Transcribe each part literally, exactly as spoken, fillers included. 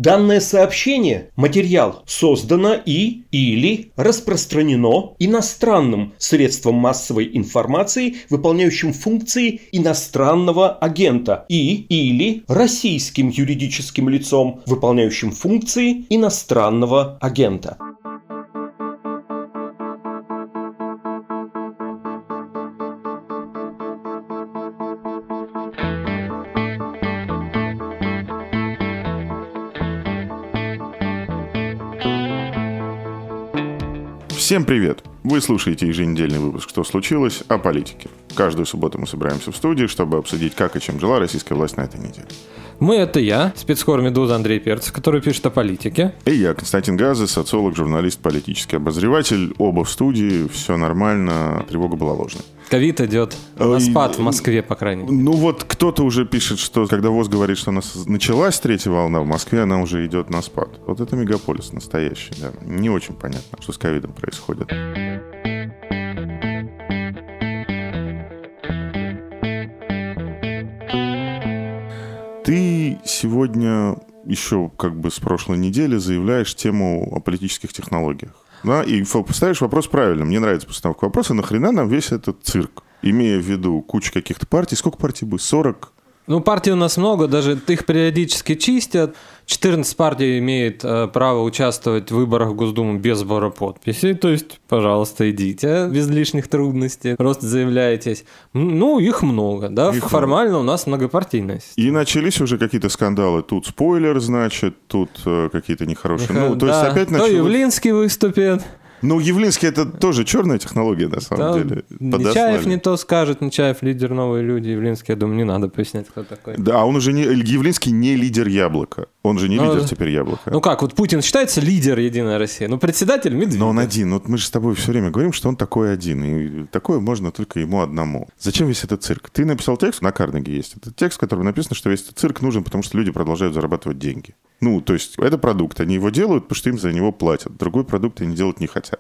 Данное сообщение, материал, создано и или распространено иностранным средством массовой информации, выполняющим функции иностранного агента, и или российским юридическим лицом, выполняющим функции иностранного агента. Всем привет! Вы слушаете еженедельный выпуск «Что случилось?» о политике. Каждую субботу мы собираемся в студии, чтобы обсудить, как и чем жила российская власть на этой неделе. Мы — это я, спецкор «Медуза» Андрей Перцев, который пишет о политике. И я, Константин Газы, социолог, журналист, политический обозреватель. Оба в студии, все нормально, тревога была ложной. Ковид идет на спад в Москве, по крайней мере. Ну вот кто-то уже пишет, что когда ВОЗ говорит, что у нас началась третья волна, в Москве она уже идет на спад. Вот это мегаполис настоящий, да. Не очень понятно, что с ковидом происходит. Ты сегодня еще как бы с прошлой недели заявляешь тему о политических технологиях. Да, и поставишь вопрос правильно. Мне нравится постановка вопроса. Нахрена нам весь этот цирк? Имея в виду кучу каких-то партий. Сколько партий будет? сорок? Ну, партий у нас много, даже их периодически чистят. четырнадцать партий имеет э, право участвовать в выборах в Госдуму без сбора подписей. То есть, пожалуйста, идите без лишних трудностей. Просто заявляетесь. Ну, их много, да? Их Формально много. У нас многопартийность. И начались уже какие-то скандалы. Тут спойлер, значит, тут э, какие-то нехорошие. Ну, то да. есть опять То началось... Явлинский выступит. Ну, Явлинский — это тоже черная технология, на самом да, деле. Нечаев не то скажет, Нечаев лидер «Новые люди», Явлинский, я думаю, не надо пояснять, кто такой. Да, а он уже не... Явлинский не лидер «Яблока». Он же не ну, лидер теперь «Яблока». Ну как, вот Путин считается лидер «Единой России», ну председатель Медведев. Но он один. Вот мы же с тобой все время говорим, что он такой один. И такое можно только ему одному. Зачем весь этот цирк? Ты написал текст, на Карнеге есть этот текст, в котором написано, что весь этот цирк нужен, потому что люди продолжают зарабатывать деньги. Ну, то есть это продукт. Они его делают, потому что им за него платят. Другой продукт они делать не хотят.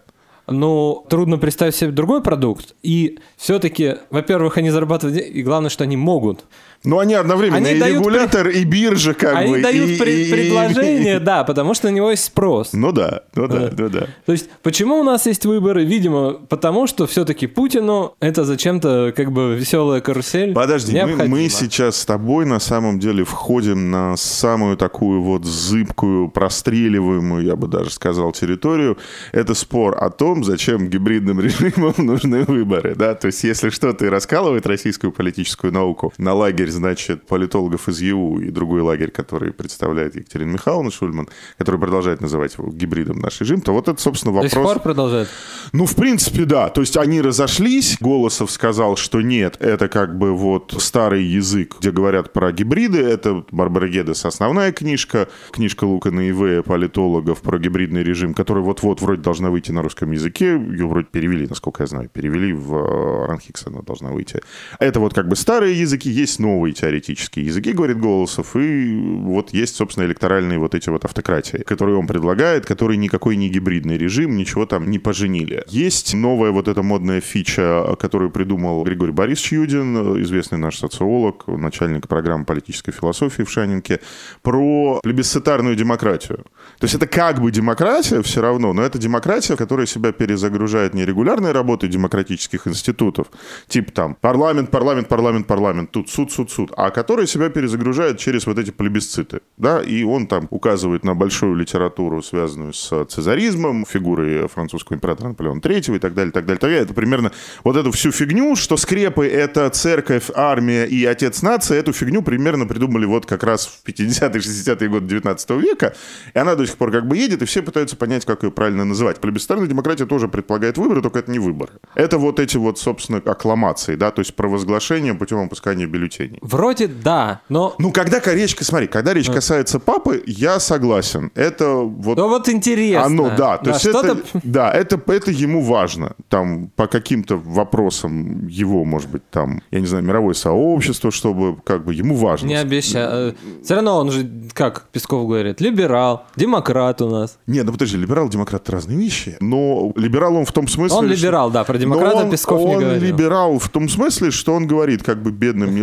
Ну, трудно представить себе другой продукт. И все-таки, во-первых, они зарабатывают деньги, и главное, что они могут. Ну, они одновременно они и регулятор, при... и биржа, как они бы. Они дают и, при... и, предложение, и... да, потому что на него есть спрос. Ну да, ну да, да, ну да. То есть, почему у нас есть выборы? Видимо, потому что все-таки Путину это зачем-то как бы веселая карусель. Подожди, мы, мы сейчас с тобой на самом деле входим на самую такую вот зыбкую, простреливаемую, я бы даже сказал, территорию. Это спор о том, зачем гибридным режимам нужны выборы, да? То есть, если что-то и раскалывает российскую политическую науку на лагерь, значит, политологов из ЕУ и другой лагерь, который представляет Екатерина Михайловна Шульман, который продолжает называть его гибридом наш режим, то вот это, собственно, вопрос... До сих пор продолжает? Ну, в принципе, да. То есть они разошлись, Голосов сказал, что нет, это как бы вот старый язык, где говорят про гибриды, это Барбара Геддес основная книжка, книжка Лукана и Вэя, политологов, про гибридный режим, которая вот-вот вроде должна выйти на русском языке, ее вроде перевели, насколько я знаю, перевели в Ранхикс, она должна выйти. Это вот как бы старые языки, есть новые теоретические языки, говорит Голосов, и вот есть, собственно, электоральные вот эти вот автократии, которые он предлагает, которые никакой не гибридный режим, ничего там не поженили. Есть новая вот эта модная фича, которую придумал Григорий Борисович Юдин, известный наш социолог, начальник программы политической философии в Шанинке, про плебисцитарную демократию. То есть это как бы демократия все равно, но это демократия, которая себя перезагружает не регулярной работой демократических институтов, типа там парламент, парламент, парламент, парламент, тут суд, суд, суд, а которая себя перезагружает через вот эти плебисциты, да, и он там указывает на большую литературу, связанную с цезаризмом, фигурой французского императора Наполеона третьего и так далее, так далее, так далее. Это примерно вот эту всю фигню, что скрепы — это церковь, армия и отец нации, эту фигню примерно придумали вот как раз в пятидесятые шестидесятые годы девятнадцатого века, и она до сих пор как бы едет, и все пытаются понять, как ее правильно называть. Плебисцитарная демократия тоже предполагает выборы, только это не выборы. Это вот эти вот, собственно, аккламации, да, то есть провозглашение путем опускания бюллетеней. Вроде да, но... Ну, когда речь, смотри, когда речь касается папы, я согласен. Это вот... Ну, вот интересно. Оно, да. То да, есть это, да, это, это ему важно. Там, по каким-то вопросам его, может быть, там, я не знаю, мировое сообщество, чтобы, как бы, ему важно. Не обещаю. Все равно он же, как Песков говорит, либерал, демократ у нас. Нет, ну подожди, либерал и демократ — это разные вещи. Но либерал он в том смысле... Он либерал, что... да, про демократа он, Песков он не говорил. Он либерал в том смысле, что он говорит, как бы бедным нельзя давать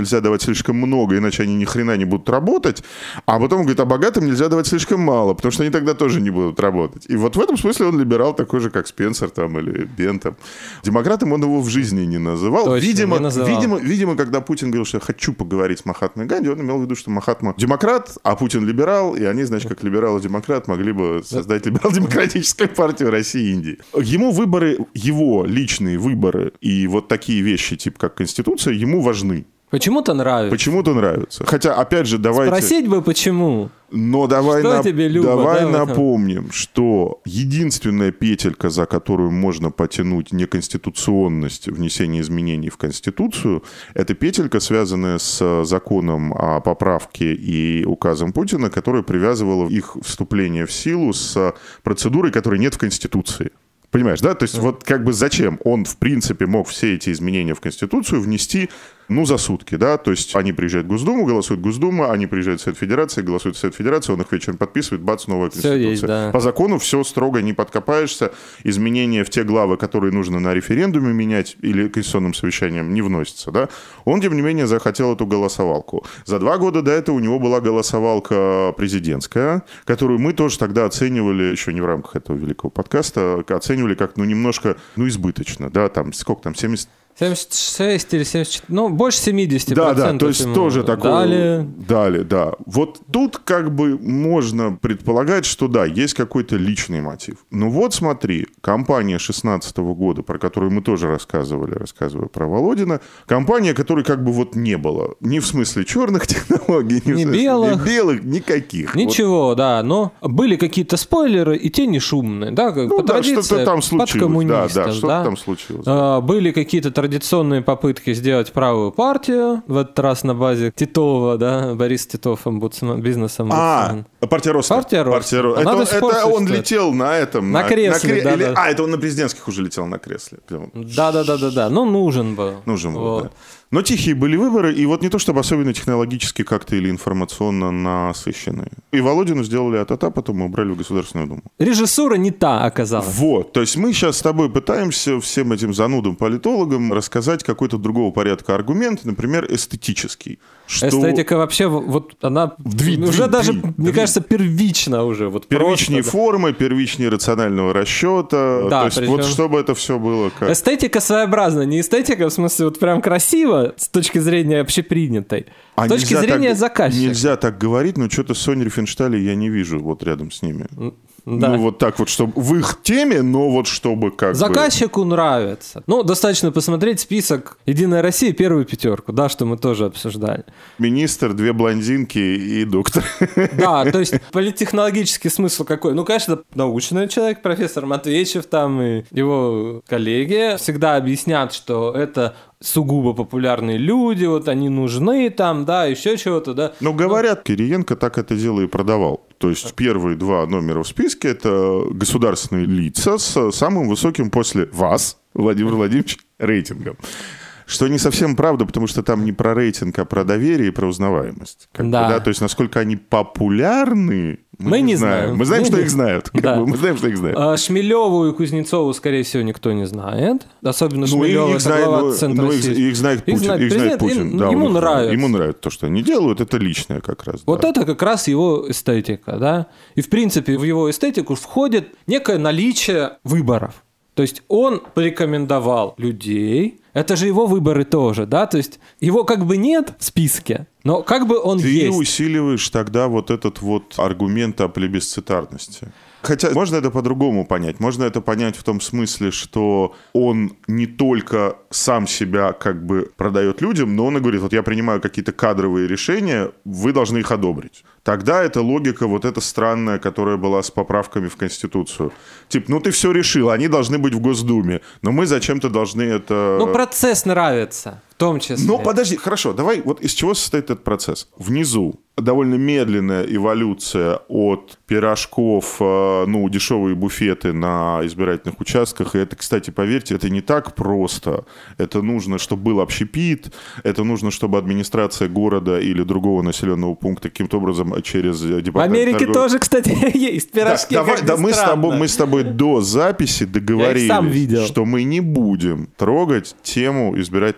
слишком много, иначе они ни хрена не будут работать. А потом он говорит, а богатым нельзя давать слишком мало, потому что они тогда тоже не будут работать. И вот в этом смысле он либерал такой же, как Спенсер там или Бентам. Демократом он его в жизни не называл. Точно, видимо, не называл. Видимо, видимо, когда Путин говорил, что я хочу поговорить с Махатмой Ганди, он имел в виду, что Махатма демократ, а Путин либерал, и они, значит, как либерал и демократ могли бы создать либерал-демократическую партию России и Индии. Ему выборы, его личные выборы и вот такие вещи, типа как Конституция, ему важны. Почему-то нравится. Почему-то нравится. Хотя, опять же, давайте... Спросить бы, почему. Но давай, что нап... тебе, Люба, давай да, напомним, что единственная петелька, за которую можно потянуть неконституционность внесения изменений в Конституцию, это петелька, связанная с законом о поправке и указом Путина, которая привязывала их вступление в силу с процедурой, которой нет в Конституции. Понимаешь, да? То есть вот как бы зачем он, в принципе, мог все эти изменения в Конституцию внести, ну, за сутки, да? То есть они приезжают в Госдуму, голосуют Госдума, они приезжают в Совет Федерации, голосуют в Совет Федерации, он их вечером подписывает, бац, новая Конституция. Все есть, да. По закону все строго, не подкопаешься, изменения в те главы, которые нужно на референдуме менять или конституционным совещанием, не вносятся, да? Он, тем не менее, захотел эту голосовалку. За два года до этого у него была голосовалка президентская, которую мы тоже тогда оценивали, еще не в рамках этого великого подкаста, оценивали как, ну, немножко, ну, избыточно, да, там, сколько там, семьдесят... семьдесят шесть или семьдесят четыре, ну, больше семьдесят процентов. Да, да, то есть тоже такое. Дали. Дали, да. Вот тут как бы можно предполагать, что да, есть какой-то личный мотив. Ну вот смотри, кампания шестнадцатого года, про которую мы тоже рассказывали, рассказывая про Володина, кампания, которой как бы вот не было. Ни в смысле черных технологий, ни, ни в смысле белых. ни белых, никаких. Ничего, вот. Да, но были какие-то спойлеры, и те не шумные, да, как ну, по да, традиции, что-то там случилось. под коммунистов, да, да, что-то да? там случилось. А, были какие-то традиционные попытки сделать правую партию, в этот раз на базе Титова, да, Борис Титов, омбудсмен, бизнес-омбудсмен. А, партия Роста. Партия Роста. Партия Роста. Это, это он летел на этом. На, на кресле, на, да, или, да. А, это он на президентских уже летел на кресле. Да-да-да-да-да, ну нужен был. Нужен был, вот. да. Но тихие были выборы, и вот не то чтобы особенно технологически как-то или информационно насыщенные. И Володину сделали а-та-та, потом мы убрали в Государственную Думу. Режиссура не та оказалась. Вот, то есть мы сейчас с тобой пытаемся всем этим занудам-политологам рассказать какой-то другого порядка аргумент, например, эстетический. Что... Эстетика вообще, вот она Дви, уже дви, даже, дви, мне дви. кажется, первична уже. Вот Первичнее просто, формы, первичнее рационального расчета. Да, то есть причем... вот чтобы это все было как... Эстетика своеобразная, не эстетика, в смысле, вот прям красиво с точки зрения общепринятой, а с точки зрения так, заказчика. Нельзя так говорить, но что-то Сони Рифеншталь я не вижу вот рядом с ними. Да. Ну вот так вот, чтобы в их теме, но вот чтобы как Заказчику бы... нравится. Ну, достаточно посмотреть список «Единая Россия», первую пятерку, да, что мы тоже обсуждали. Министр, две блондинки и доктор. Да, то есть политтехнологический смысл какой? Ну, конечно, научный человек, профессор Матвеичев там и его коллеги всегда объяснят, что это сугубо популярные люди, вот они нужны там, да, еще чего-то, да. Ну, говорят, Кириенко так это дело и продавал. То есть первые два номера в списке – это государственные лица с самым высоким после вас, Владимир Владимирович, рейтингом. Что не совсем правда, потому что там не про рейтинг, а про доверие и про узнаваемость. Как да. бы, да? То есть насколько они популярны, мы, мы не не знаем. знаем. Мы знаем, мы что не... их знают. Как да. бы, мы знаем, что их знают. А Шмелеву и Кузнецову, скорее всего, никто не знает. Особенно ну, Шмелева, их, знает, глава ну, Центра ну, их, их знает Путин. Их знает, их знает Путин. Им, да, ему он, нравится. Ему нравится то, что они делают. Это личное как раз. Вот да. это как раз его эстетика, да. И, в принципе, в его эстетику входит некое наличие выборов. То есть он порекомендовал людей, это же его выборы тоже, да, то есть его как бы нет в списке, но как бы он Ты есть. Ты усиливаешь тогда вот этот вот аргумент о плебисцитарности. Хотя можно это по-другому понять. Можно это понять в том смысле, что он не только сам себя как бы продает людям, но он и говорит, вот я принимаю какие-то кадровые решения, вы должны их одобрить. Тогда это логика вот эта странная, которая была с поправками в Конституцию. Типа, ну ты все решил, они должны быть в Госдуме, но мы зачем-то должны это... Ну процесс нравится, в том числе. Ну подожди, хорошо, давай, вот из чего состоит этот процесс? Внизу довольно медленная эволюция от пирожков, ну, дешевые буфеты на избирательных участках. И это, кстати, поверьте, это не так просто. Это нужно, чтобы был общепит, это нужно, чтобы администрация города или другого населенного пункта каким-то образом через департамент... В Америке торговли... тоже, кстати, есть пирожки, да, давай, как да, ни мы, с тобой, странно. мы с тобой до записи договорились, что мы не будем трогать тему избирательного процесса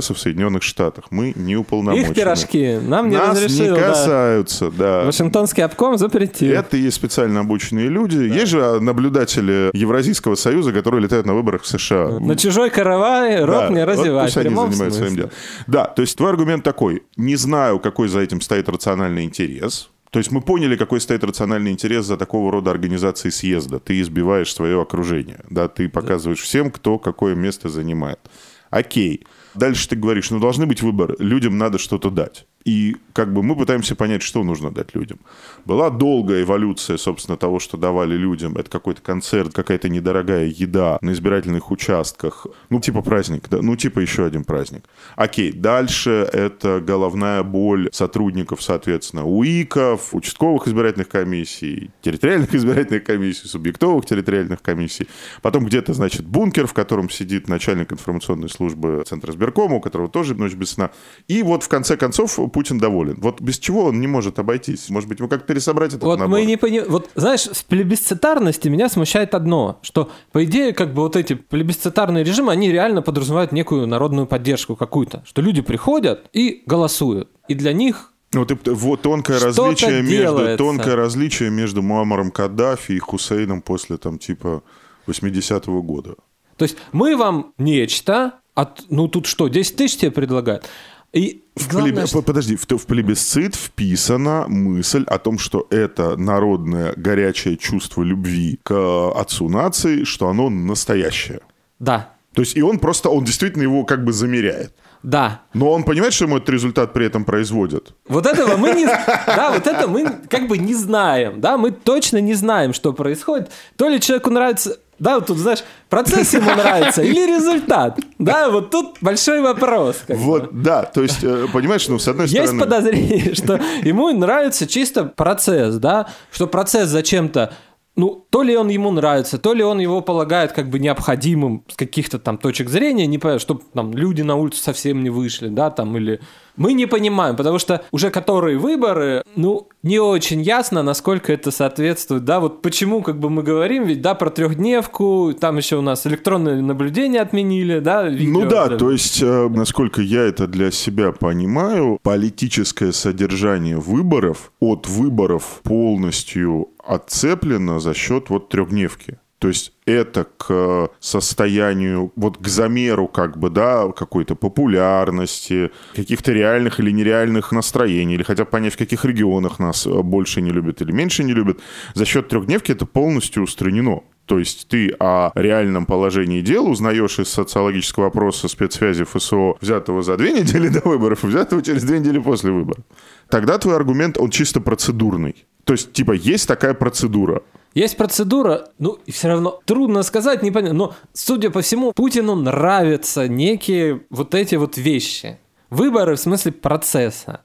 разбираться в Соединенных Штатах. Мы не уполномочены. Их пирожки нам не Нас разрешил. не касаются, да. да. Вашингтонский обком запретил. Это и есть специально обученные люди. Да. Есть же наблюдатели Евразийского союза, которые летают на выборах в США. На чужой каравай рот да. не разевать. Вот пусть они занимаются своим делом. Да, то есть твой аргумент такой. Не знаю, какой за этим стоит рациональный интерес. То есть мы поняли, какой стоит рациональный интерес за такого рода организацией съезда. Ты избиваешь свое окружение, да, ты показываешь всем, кто какое место занимает. Окей. Дальше ты говоришь, ну должны быть выборы, людям надо что-то дать. И как бы мы пытаемся понять, что нужно дать людям. Была долгая эволюция, собственно, того, что давали людям. Это какой-то концерт, какая-то недорогая еда на избирательных участках. Ну, типа праздник, да? Ну, типа еще один праздник. Окей, дальше это головная боль сотрудников, соответственно, УИКов, участковых избирательных комиссий, территориальных избирательных комиссий, субъектовых территориальных комиссий. Потом где-то, значит, бункер, в котором сидит начальник информационной службы Центра избиркома, у которого тоже ночь без сна. И вот в конце концов Путин доволен. Вот без чего он не может обойтись? Может быть, ему как пересобрать этот вот набор? Мы не пони... Вот, знаешь, в плебисцитарности меня смущает одно, что, по идее, как бы вот эти плебисцитарные режимы, они реально подразумевают некую народную поддержку какую-то, что люди приходят и голосуют. И для них... Вот, вот тонкое, различие между, тонкое различие между Муаммаром Каддафи и Хусейном после, там, типа, восьмидесятого года. То есть мы вам нечто, от... ну тут что, десять тысяч тебе предлагают? И главное, плеб... что... Подожди, в, в плебисцит вписана мысль о том, что это народное горячее чувство любви к отцу нации, что оно настоящее. Да. То есть и он просто, он действительно его как бы замеряет. Да. Но он понимает, что ему этот результат при этом производит. Вот этого мы не... Да, вот это мы как бы не знаем. Да, мы точно не знаем, что происходит. То ли человеку нравится... Да, вот тут, знаешь, процесс ему нравится или результат? Да, вот тут большой вопрос. Вот, бы. Да, то есть, понимаешь, ну, с одной Есть стороны... Есть подозрение, что ему нравится чисто процесс, да, что процесс зачем-то, ну, то ли он ему нравится, то ли он его полагает как бы необходимым с каких-то там точек зрения, не понимаю, чтобы там люди на улицу совсем не вышли, да, там, или... Мы не понимаем, потому что уже которые выборы, ну, не очень ясно, насколько это соответствует, да, вот почему, как бы мы говорим, ведь, да, про трехдневку, там еще у нас электронное наблюдение отменили, да, видео. Ну да, то есть, насколько я это для себя понимаю, политическое содержание выборов от выборов полностью отцеплено за счет вот трехдневки. То есть это к состоянию, вот к замеру как бы, да, какой-то популярности, каких-то реальных или нереальных настроений, или хотя бы понять, в каких регионах нас больше не любят или меньше не любят. За счет трехдневки это полностью устранено. То есть ты о реальном положении дел узнаешь из социологического опроса спецсвязи ФСО, взятого за две недели до выборов и взятого через две недели после выборов. Тогда твой аргумент, он чисто процедурный. То есть, типа, есть такая процедура. Есть процедура, ну, и все равно трудно сказать, непонятно. Но, судя по всему, Путину нравятся некие вот эти вот вещи. Выборы в смысле процесса.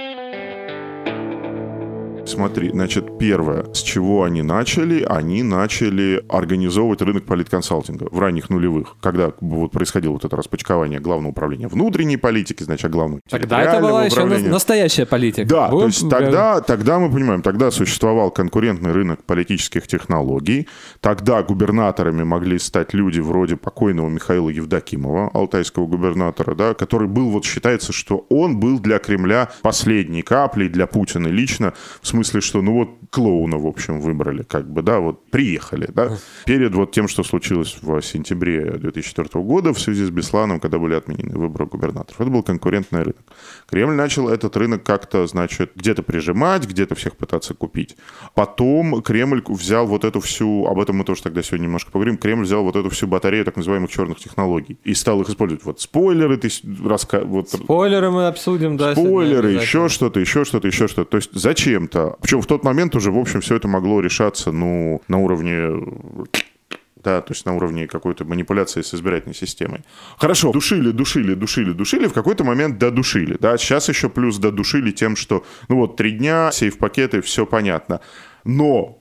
Смотри, значит, первое, с чего они начали, они начали организовывать рынок политконсалтинга в ранних нулевых, когда вот происходило вот это распачкование Главного управления внутренней политики, значит, Главного территориального управления. Тогда это была еще настоящая политика. Да, Будем... то есть тогда, тогда мы понимаем, тогда существовал конкурентный рынок политических технологий, тогда губернаторами могли стать люди вроде покойного Михаила Евдокимова, алтайского губернатора, да, который был, вот считается, что он был для Кремля последней каплей, для Путина лично, в смысле, В смысле, что, ну вот, клоуна, в общем, выбрали, как бы, да, вот, приехали, да, перед вот тем, что случилось в сентябре две тысячи четвёртого года в связи с Бесланом, когда были отменены выборы губернаторов. Это был конкурентный рынок. Кремль начал этот рынок как-то, значит, где-то прижимать, где-то всех пытаться купить. Потом Кремль взял вот эту всю, об этом мы тоже тогда сегодня немножко поговорим, Кремль взял вот эту всю батарею так называемых черных технологий и стал их использовать. Вот спойлеры, ты раска... вот... Спойлеры мы обсудим, да. Спойлеры, еще что-то, еще что-то, еще что-то. То есть зачем-то. Причем в тот момент уже, в общем, все это могло решаться, ну, на уровне... Да, то есть на уровне какой-то манипуляции с избирательной системой. Хорошо, душили, душили, душили, душили, в какой-то момент додушили, да, сейчас еще плюс додушили тем, что, ну вот, три дня, сейф-пакеты, все понятно. Но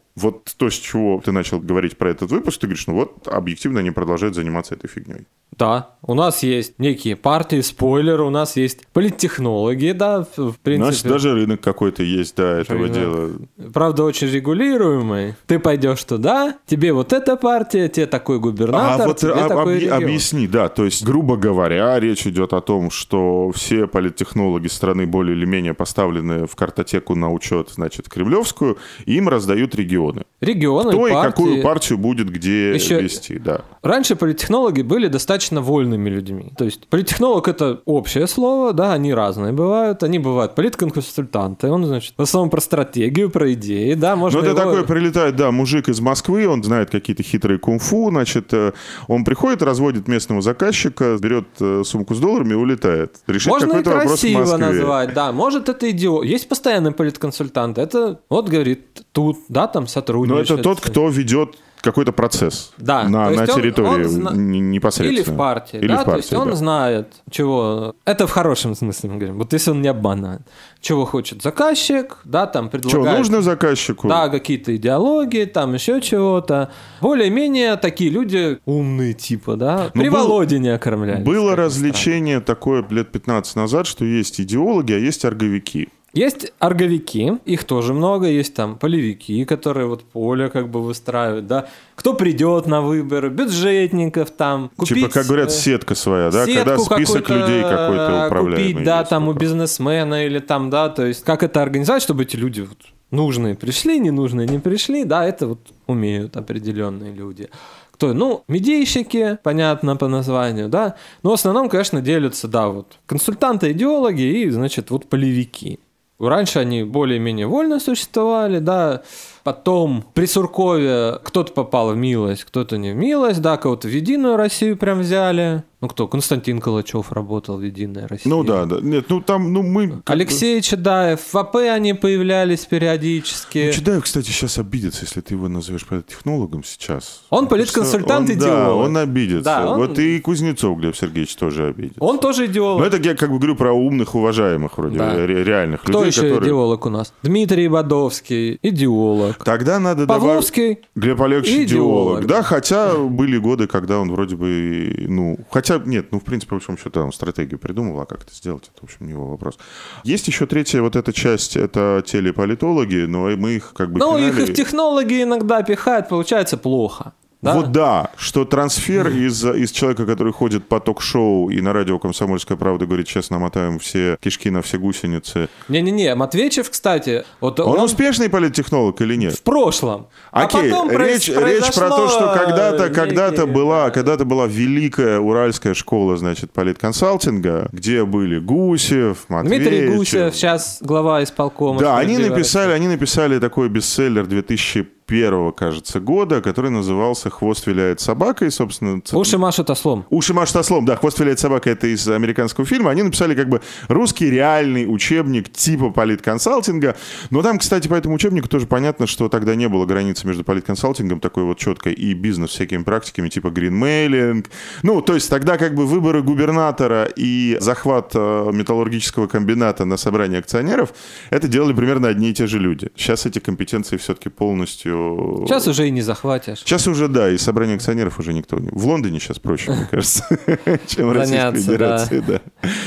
Вот то, с чего ты начал говорить про этот выпуск, ты говоришь, ну вот, объективно они продолжают заниматься этой фигней. Да, у нас есть некие партии, спойлеры, у нас есть политтехнологи, да, в принципе. У нас даже рынок какой-то есть, да, этого рынок. дела. Правда, очень регулируемый. Ты пойдешь туда, тебе вот эта партия, тебе такой губернатор, а вот тебе об, такой объ, регион. Объясни, да, то есть, грубо говоря, речь идет о том, что все политтехнологи страны более или менее поставлены в картотеку на учет, значит, кремлевскую, и им раздают регионы. Регионы, Кто и партии. какую партию будет где Еще... вести, да. Раньше политтехнологи были достаточно вольными людьми. То есть политтехнолог — это общее слово, да, они разные бывают. Они бывают политконсультанты, он, значит, в основном про стратегию, про идеи, да, можно Ну, это его... такой прилетает, да, мужик из Москвы, он знает какие-то хитрые кунг-фу, значит, он приходит, разводит местного заказчика, берет сумку с долларами и улетает. Решить можно какой-то и вопрос в красиво Москве. назвать, да. Может, это идиот. Есть постоянный политконсультант. Это, вот, говорит, тут, да, там сотрудничает. Но это тот, кто ведет какой-то процесс да, на, на территории он, он зна... непосредственно. Или в партии, Или да, в партии, то есть он да. знает, чего... Это в хорошем смысле мы говорим, вот если он не обманывает. Чего хочет заказчик, да, там предлагает... Что нужно заказчику? Да, какие-то идеологии, там еще чего-то. Более-менее такие люди умные типа, да, ну, при был... Володе не окормлялись. Было развлечение такое лет пятнадцать назад, что есть идеологи, а есть орговики. Есть орговики, их тоже много, есть там полевики, которые вот поле как бы выстраивают, да. Кто придет на выборы, бюджетников там, купить... Типа, как говорят, сетка своя, да, когда список людей какой-то управляемый. Купить, да, есть, там у вопрос. бизнесмена или там, да, то есть как это организовать, чтобы эти люди вот, нужные пришли, ненужные не пришли, да, это вот умеют определенные люди. Кто? Ну, медийщики, понятно по названию, да, но в основном, конечно, делятся, да, вот консультанты, идеологи и, значит, вот полевики. Раньше они более-менее вольно существовали, да, потом при Суркове кто-то попал в милость, кто-то не в милость, да, кого-то в Единую Россию прям взяли. Ну кто? Константин Калачев работал в Единой России. Ну да, да. Нет, ну там, ну мы... Алексей Чедаев, в АП они появлялись периодически. Ну, Чедаев, кстати, сейчас обидится, если ты его назовешь политтехнологом сейчас. Он политконсультант, он, идеолог. Да, он обидится. Да, он... Вот и Кузнецов Глеб Сергеевич тоже обидится. Он тоже идеолог. Но это я как бы говорю про умных, уважаемых вроде, да. ре- реальных Кто людей, еще которые... идеолог у нас? Дмитрий Бодовский, идеолог. Тогда надо Павловский, добавить... Глеб Олегович идеолог. идеолог. Да, хотя были годы, когда он вроде бы, ну... Хотя, нет, ну, в принципе, по большому счету, он стратегию придумал, а как это сделать, это, в общем, не его вопрос. Есть еще третья вот эта часть, это телеполитологи, но мы их как бы... Ну, пинали... их и в технологии иногда пихают, получается плохо. Да? Вот да, что трансфер из, из человека, который ходит по ток-шоу и на радио «Комсомольская правда» говорит, честно, мотаем все кишки на все гусеницы. Не-не-не, Матвейчев, кстати... Вот он, он успешный политтехнолог или нет? В прошлом. Окей, а потом речь, произошло... речь про то, что когда-то, когда-то, некие... была, когда-то была великая уральская школа, значит, политконсалтинга, где были Гусев, Матвеичев. Дмитрий Гусев, сейчас глава исполкома. Да, они написали, они написали такой бестселлер две тысячи первого, кажется, года, который назывался «Хвост виляет собакой», собственно. Уши машут ослом. «Уши машут ослом», да, «Хвост виляет собакой» — это из американского фильма. Они написали как бы русский реальный учебник типа политконсалтинга. Но там, кстати, по этому учебнику тоже понятно, что тогда не было границы между политконсалтингом такой вот четкой и бизнес всякими практиками типа гринмейлинг. Ну, то есть тогда как бы выборы губернатора и захват э, металлургического комбината на собрании акционеров это делали примерно одни и те же люди. Сейчас эти компетенции все-таки полностью... Сейчас уже и не захватишь. Сейчас уже, да, и собрание акционеров уже никто не... В Лондоне сейчас проще, мне кажется, чем в Российской Федерации, да.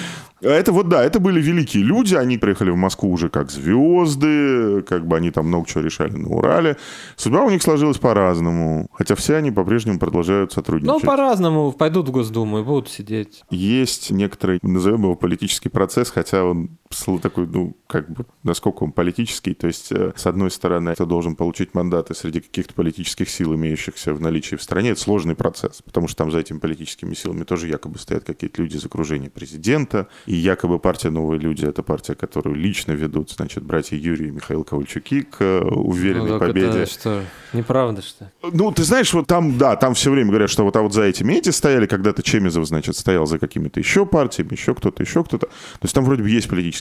Это вот, да, это были великие люди, они приехали в Москву уже как звезды, как бы они там много чего решали на Урале. Судьба у них сложилась по-разному, хотя все они по-прежнему продолжают сотрудничать. Ну, по-разному, пойдут в Госдуму и будут сидеть. Есть некоторый, назовем его, политический процесс, хотя он такой, ну, как бы, насколько он политический, то есть, с одной стороны, ты должен получить мандаты среди каких-то политических сил, имеющихся в наличии в стране, это сложный процесс, потому что там за этими политическими силами тоже якобы стоят какие-то люди из окружения президента, и якобы партия «Новые люди» — это партия, которую лично ведут, значит, братья Юрий и Михаил Ковальчуки к уверенной ну, победе. Это что, неправда, что ли? Ну, ты знаешь, вот там, да, там все время говорят, что вот, а вот за этими эти стояли, когда-то Чемизов, значит, стоял за какими-то еще партиями, еще кто-то, еще кто-то. То есть там вроде бы есть политический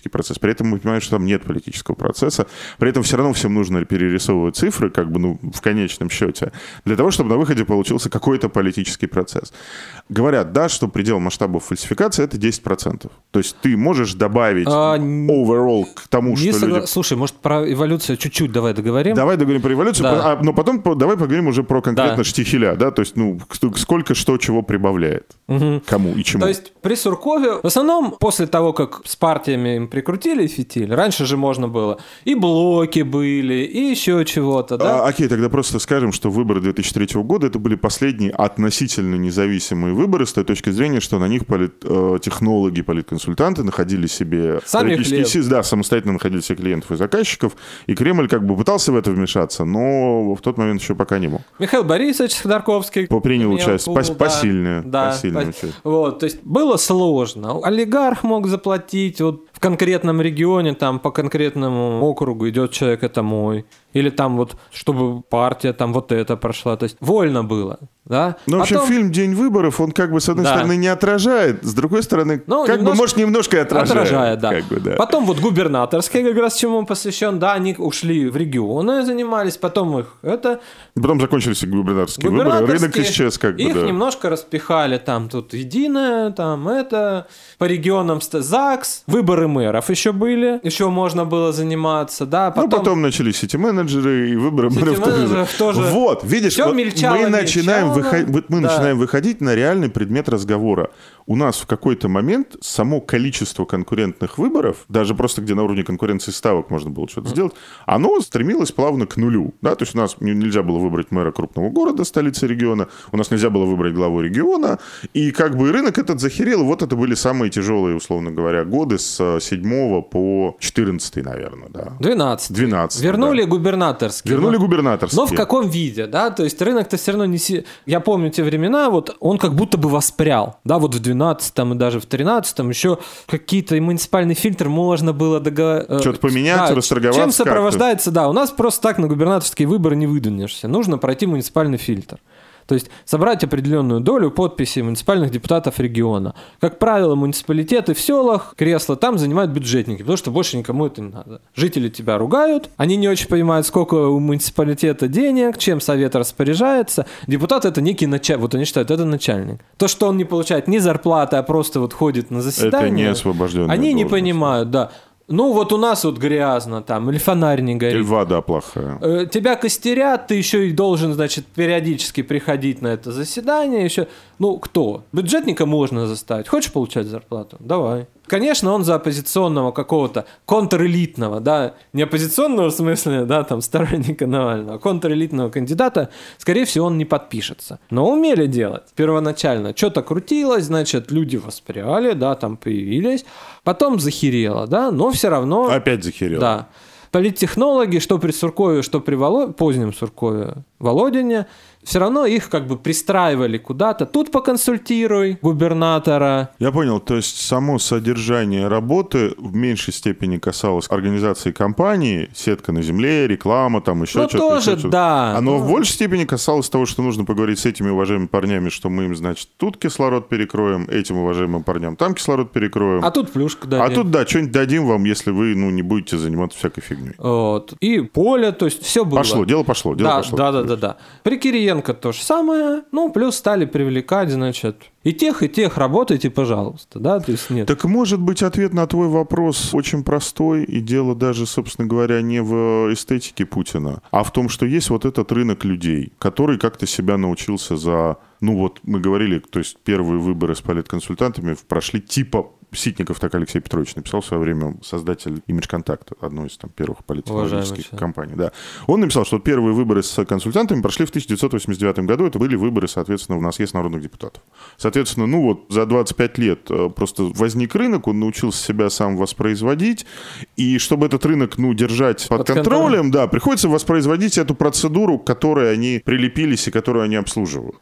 политический процесс. При этом мы понимаем, что там нет политического процесса. При этом все равно всем нужно перерисовывать цифры, как бы, ну, в конечном счете, для того, чтобы на выходе получился какой-то политический процесс. Говорят, да, что предел масштабов фальсификации — это десять процентов. То есть ты можешь добавить а, overall к тому, что согла... люди... Слушай, может, про эволюцию чуть-чуть давай договорим? Давай договорим про эволюцию, да. а, но потом давай поговорим уже про конкретно да. штихеля, да, то есть, ну, сколько что чего прибавляет, угу. кому и чему. То есть при Суркове, в основном, после того, как с партиями им прикрутили фитиль, раньше же можно было, и блоки были, и еще чего-то, да? А, окей, тогда просто скажем, что выборы две тысячи третьего года это были последние относительно независимые выборы с той точки зрения, что на них полит, э, технологи, политконсультанты находили себе... Сами политические, да, самостоятельно находили себе клиентов и заказчиков, и Кремль как бы пытался в это вмешаться, но в тот момент еще пока не мог. Михаил Борисович Ходорковский принял участие, пос, да, посильное, да, посильное пос... участие. Вот, то есть было сложно. Олигарх мог заплатить, вот в конкретном регионе, там по конкретному округу идет человек, это мой. Или там вот, чтобы партия там вот это прошла. То есть вольно было, да? Ну, в общем, Потом... фильм «День выборов», он как бы с одной да. стороны не отражает, с другой стороны, ну, как немножко... бы, может, немножко и отражает. Отражает, да. Как бы, да. Потом вот губернаторский как раз чему он посвящен, да, они ушли в регионы, занимались, потом их это... Потом закончились губернаторские, губернаторские выборы, рынок исчез как бы, их да. немножко распихали, там тут Единое, там это, по регионам ЗАГС, выборы мэров еще были, еще можно было заниматься, да. Потом... Ну, потом начались сити-менеджеры и выборы мэров тоже. тоже. Вот, видишь, вот мельчало, мы, начинаем, мельчало. Выход... мы да. начинаем выходить на реальный предмет разговора. У нас в какой-то момент само количество конкурентных выборов, даже просто где на уровне конкуренции ставок можно было что-то mm. сделать, оно стремилось плавно к нулю. Да? То есть у нас нельзя было выбрать мэра крупного города, столицы региона, у нас нельзя было выбрать главу региона, и как бы рынок этот захерел. Вот это были самые тяжелые, условно говоря, годы с седьмого по четырнадцатый, наверное. Да. двенадцатый. двенадцатый, Вернули да. губернаторский. Вернули но... губернаторский. Но в каком виде, да? То есть рынок-то все равно не... Я помню те времена, вот он как будто бы воспрял, да, вот в двенадцатом и даже в тринадцатом еще какие-то муниципальный фильтр можно было договориться. Что-то поменять, да, расторговаться. Чем сопровождается, как-то. Да, у нас просто так на губернаторские выборы не выдвинешься. Нужно пройти муниципальный фильтр. То есть собрать определенную долю подписей муниципальных депутатов региона. Как правило, муниципалитеты в селах, кресла там занимают бюджетники, потому что больше никому это не надо. Жители тебя ругают, они не очень понимают, сколько у муниципалитета денег, чем совет распоряжается. Депутат — это некий начальник, вот они считают, это начальник. То, что он не получает ни зарплаты, а просто вот ходит на заседание, это не освобожденная они должность. Не понимают, да. Ну, вот у нас вот грязно там, или фонарь не горит. Или вода плохая. Тебя костерят, ты еще и должен, значит, периодически приходить на это заседание. Еще. Ну, кто? Бюджетника можно заставить. Хочешь получать зарплату? Давай. Конечно, он за оппозиционного какого-то контрэлитного, да, не оппозиционного в смысле, да, там, сторонника Навального, а контрэлитного кандидата, скорее всего, он не подпишется. Но умели делать первоначально. Что-то крутилось, значит, люди воспряли, да, там появились, потом захерело, да, но все равно... Опять захерело. Да. Политтехнологи, что при Суркове, что при Воло... позднем Суркове, Володине, все равно их как бы пристраивали куда-то. Тут поконсультируй губернатора. Я понял, то есть само содержание работы в меньшей степени касалось организации компании, сетка на земле, реклама, там еще ну, что-то. тоже, еще да. Оно ну... в большей степени касалось того, что нужно поговорить с этими уважаемыми парнями, что мы им, значит, тут кислород перекроем, этим уважаемым парням там кислород перекроем. А тут плюшку дадим. А тут, да, что-нибудь дадим вам, если вы, ну, не будете заниматься всякой фигней. Вот. И поле, то есть все было. Пошло, дело пошло, дело да, пошло. Да, да, да, да. При Кириенко то же самое, ну, плюс стали привлекать, значит, и тех, и тех работайте, пожалуйста, да, то есть нет. Так может быть ответ на твой вопрос очень простой, и дело даже, собственно говоря, не в эстетике Путина, а в том, что есть вот этот рынок людей, который как-то себя научился за... Ну вот мы говорили, то есть первые выборы с политконсультантами прошли типа... Ситников так Алексей Петрович написал в свое время, создатель «Имидж-контакта», одной из там первых политтехнологических компаний. Да. Он написал, что первые выборы с консультантами прошли в тысяча девятьсот восемьдесят девятом году. Это были выборы, соответственно, на съезд народных депутатов. Соответственно, ну вот за двадцать пять лет просто возник рынок, он научился себя сам воспроизводить. И чтобы этот рынок, ну, держать под, под контролем, контролем, да, приходится воспроизводить эту процедуру, к которой они прилепились и которую они обслуживают.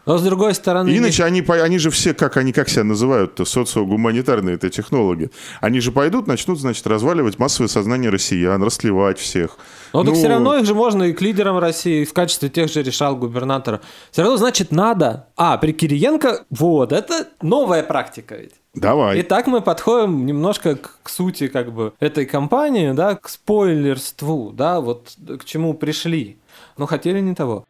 Но с другой стороны... Иначе они, они же все, как они как себя называют-то, социогуманитарные это технологи. Они же пойдут, начнут, значит, разваливать массовое сознание россиян, растлевать всех. Но ну... так все равно их же можно и к лидерам России в качестве тех же решал губернатора. Все равно, значит, надо. А, при Кириенко, вот, это новая практика ведь. Давай. Итак, мы подходим немножко к, к сути как бы этой кампании, да, к спойлерству, да, вот к чему пришли. Но хотели не того.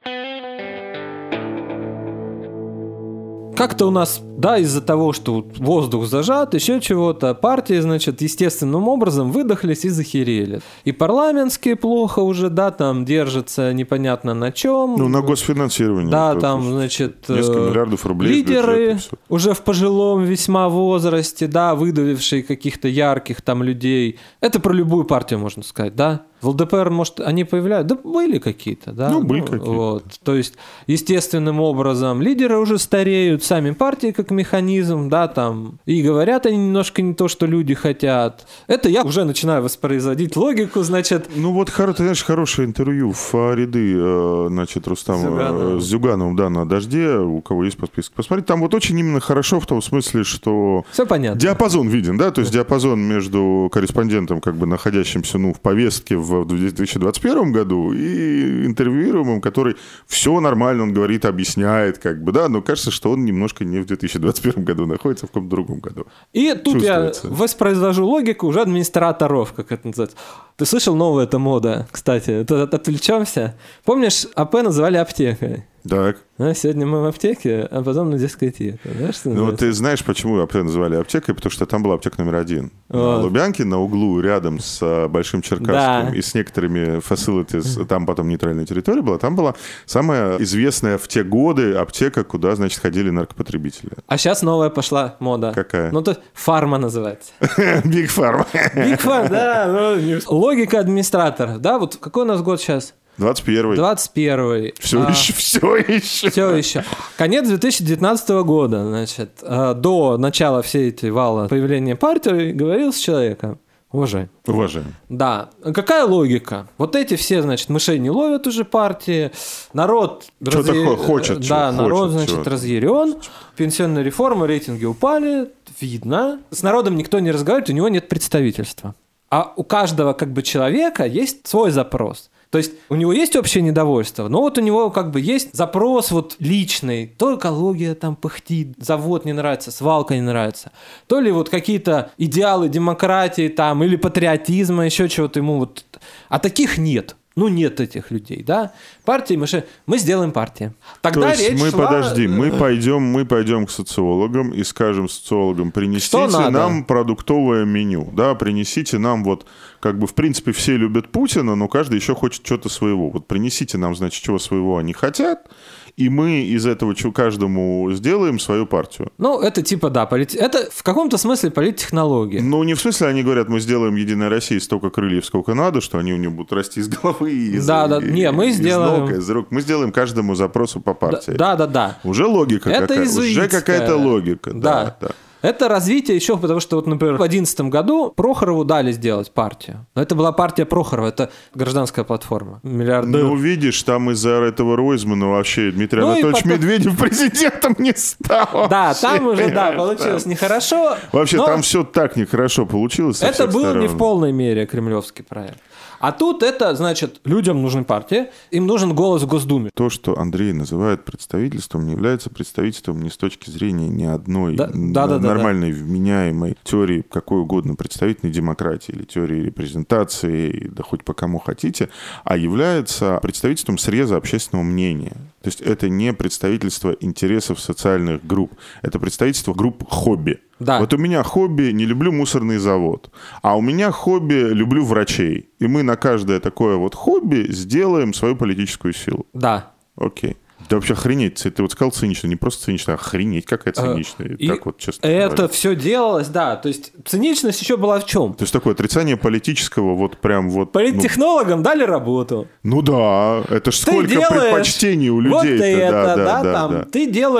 Как-то у нас, да, из-за того, что воздух зажат, еще чего-то, партии, значит, естественным образом выдохлись и захерели. И парламентские плохо уже, да, там держатся непонятно на чем. Ну, на госфинансирование. Да, там, значит, несколько миллиардов рублей. Лидеры уже в пожилом весьма возрасте, да, выдавившие каких-то ярких там людей. Это про любую партию, можно сказать, да. В ЛДПР, может, они появляются? Да были какие-то, да. Ну, были ну, какие-то. Вот. То есть, естественным образом лидеры уже стареют, сами партии как механизм, да, там, и говорят они немножко не то, что люди хотят. Это я уже начинаю воспроизводить логику, значит... Ну, вот, ты знаешь, хорошее интервью в ряды, значит, Рустама Зюганов. с Зюгановым, да, на «Дожде», у кого есть по списку. Посмотрите, там вот очень именно хорошо в том смысле, что... Все понятно. Диапазон виден, да, то есть диапазон между корреспондентом, как бы находящимся, ну, в повестке в в две тысячи двадцать первом году и интервьюируемым, который все нормально, он говорит, объясняет, как бы, да, но кажется, что он немножко не в две тысячи двадцать первом году находится, а в каком-то другом году. И тут я воспроизвожу логику уже администраторов, как это называется. Ты слышал новую эту моду, кстати, это отвлечемся. Помнишь, АП называли аптекой? Так. А сегодня мы в аптеке, а потом на дискотеке. Знаешь, что ну, ты знаешь, почему АП называли аптекой? Потому что там была аптека номер один. Вот. На Лубянке, на углу, рядом с Большим Черкасским, да. И с некоторыми facilities, там потом нейтральная территория была, там была самая известная в те годы аптека, куда, значит, ходили наркопотребители. А сейчас новая пошла мода. Какая? Ну, то фарма называется. Биг фарма. Биг фарма, да. Логика администратора. Да, вот какой у нас год сейчас? двадцать первый. двадцать первый. Все а, еще, все еще. Все еще. Конец две тысячи девятнадцатого года, значит, до начала всей этой вала появления партии говорил с человеком. Уважаем. Уважаем. Да. Какая логика? Вот эти все, значит, мышей не ловят уже партии. Народ... Что-то разъя... хочет. Да, что народ, хочет, значит, чего-то. разъярен. Пенсионная реформа, рейтинги упали. Видно. С народом никто не разговаривает, у него нет представительства. А у каждого, как бы, человека есть свой запрос. То есть у него есть общее недовольство, но вот у него как бы есть запрос вот личный. То экология там пыхтит, завод не нравится, свалка не нравится. То ли вот какие-то идеалы демократии там или патриотизма, еще чего-то ему вот... А таких нет. Ну, нет этих людей, да? Партии, мы, же, мы сделаем партии. Тогда То есть речь мы, шла... подожди, мы пойдем, мы пойдем к социологам и скажем социологам, принесите нам продуктовое меню, да, принесите нам вот, как бы, в принципе, все любят Путина, но каждый еще хочет что-то своего. Вот принесите нам, значит, чего своего они хотят, и мы из этого каждому сделаем свою партию. Ну, это типа, да, полит... это в каком-то смысле политтехнология. Ну, не в смысле, они говорят, мы сделаем Единой России столько крыльев, сколько надо, что они у нее будут расти из головы, из, да, да. И, не, мы из сделаем... ног, из рук. Мы сделаем каждому запросу по партии. Да, да, да. Уже логика это какая-то. Изуитская. Уже какая-то логика. Да, да. да. Это развитие еще, потому что, вот, например, в две тысячи одиннадцатом году Прохорову дали сделать партию. Но это была партия Прохорова, это гражданская платформа. Миллиардер. Ну, видишь, там из-за этого Ройзмана вообще Дмитрий ну Анатольевич потом... Медведев президентом не стал. Да, вообще, там уже, да, получилось там. Нехорошо. Вообще, но... там все так нехорошо получилось. Это был сторон. не в полной мере кремлевский проект. А тут это, значит, людям нужны партии, им нужен голос в Госдуме. То, что Андрей называет представительством, не является представительством ни с точки зрения ни одной да, да, да, нормальной, да, да. вменяемой теории какой угодно представительной демократии или теории репрезентации, да хоть по кому хотите, а является представительством среза общественного мнения. То есть это не представительство интересов социальных групп, это представительство групп хобби. Да. Вот у меня хобби не люблю мусорный завод, а у меня хобби люблю врачей. И мы на каждое такое вот хобби сделаем свою политическую силу. Да. Окей. Да вообще охренеть, ты вот сказал цинично, не просто цинично, а охренеть, какая циничная. И так вот, честно это говоря. все делалось, да, то есть циничность еще была в чем? То есть такое отрицание политического вот прям вот... Политтехнологам ну, дали работу. Ну да, это ж ты сколько делаешь предпочтений у людей. Вот это, да, да, да, да, да, там, да. Ты делаешь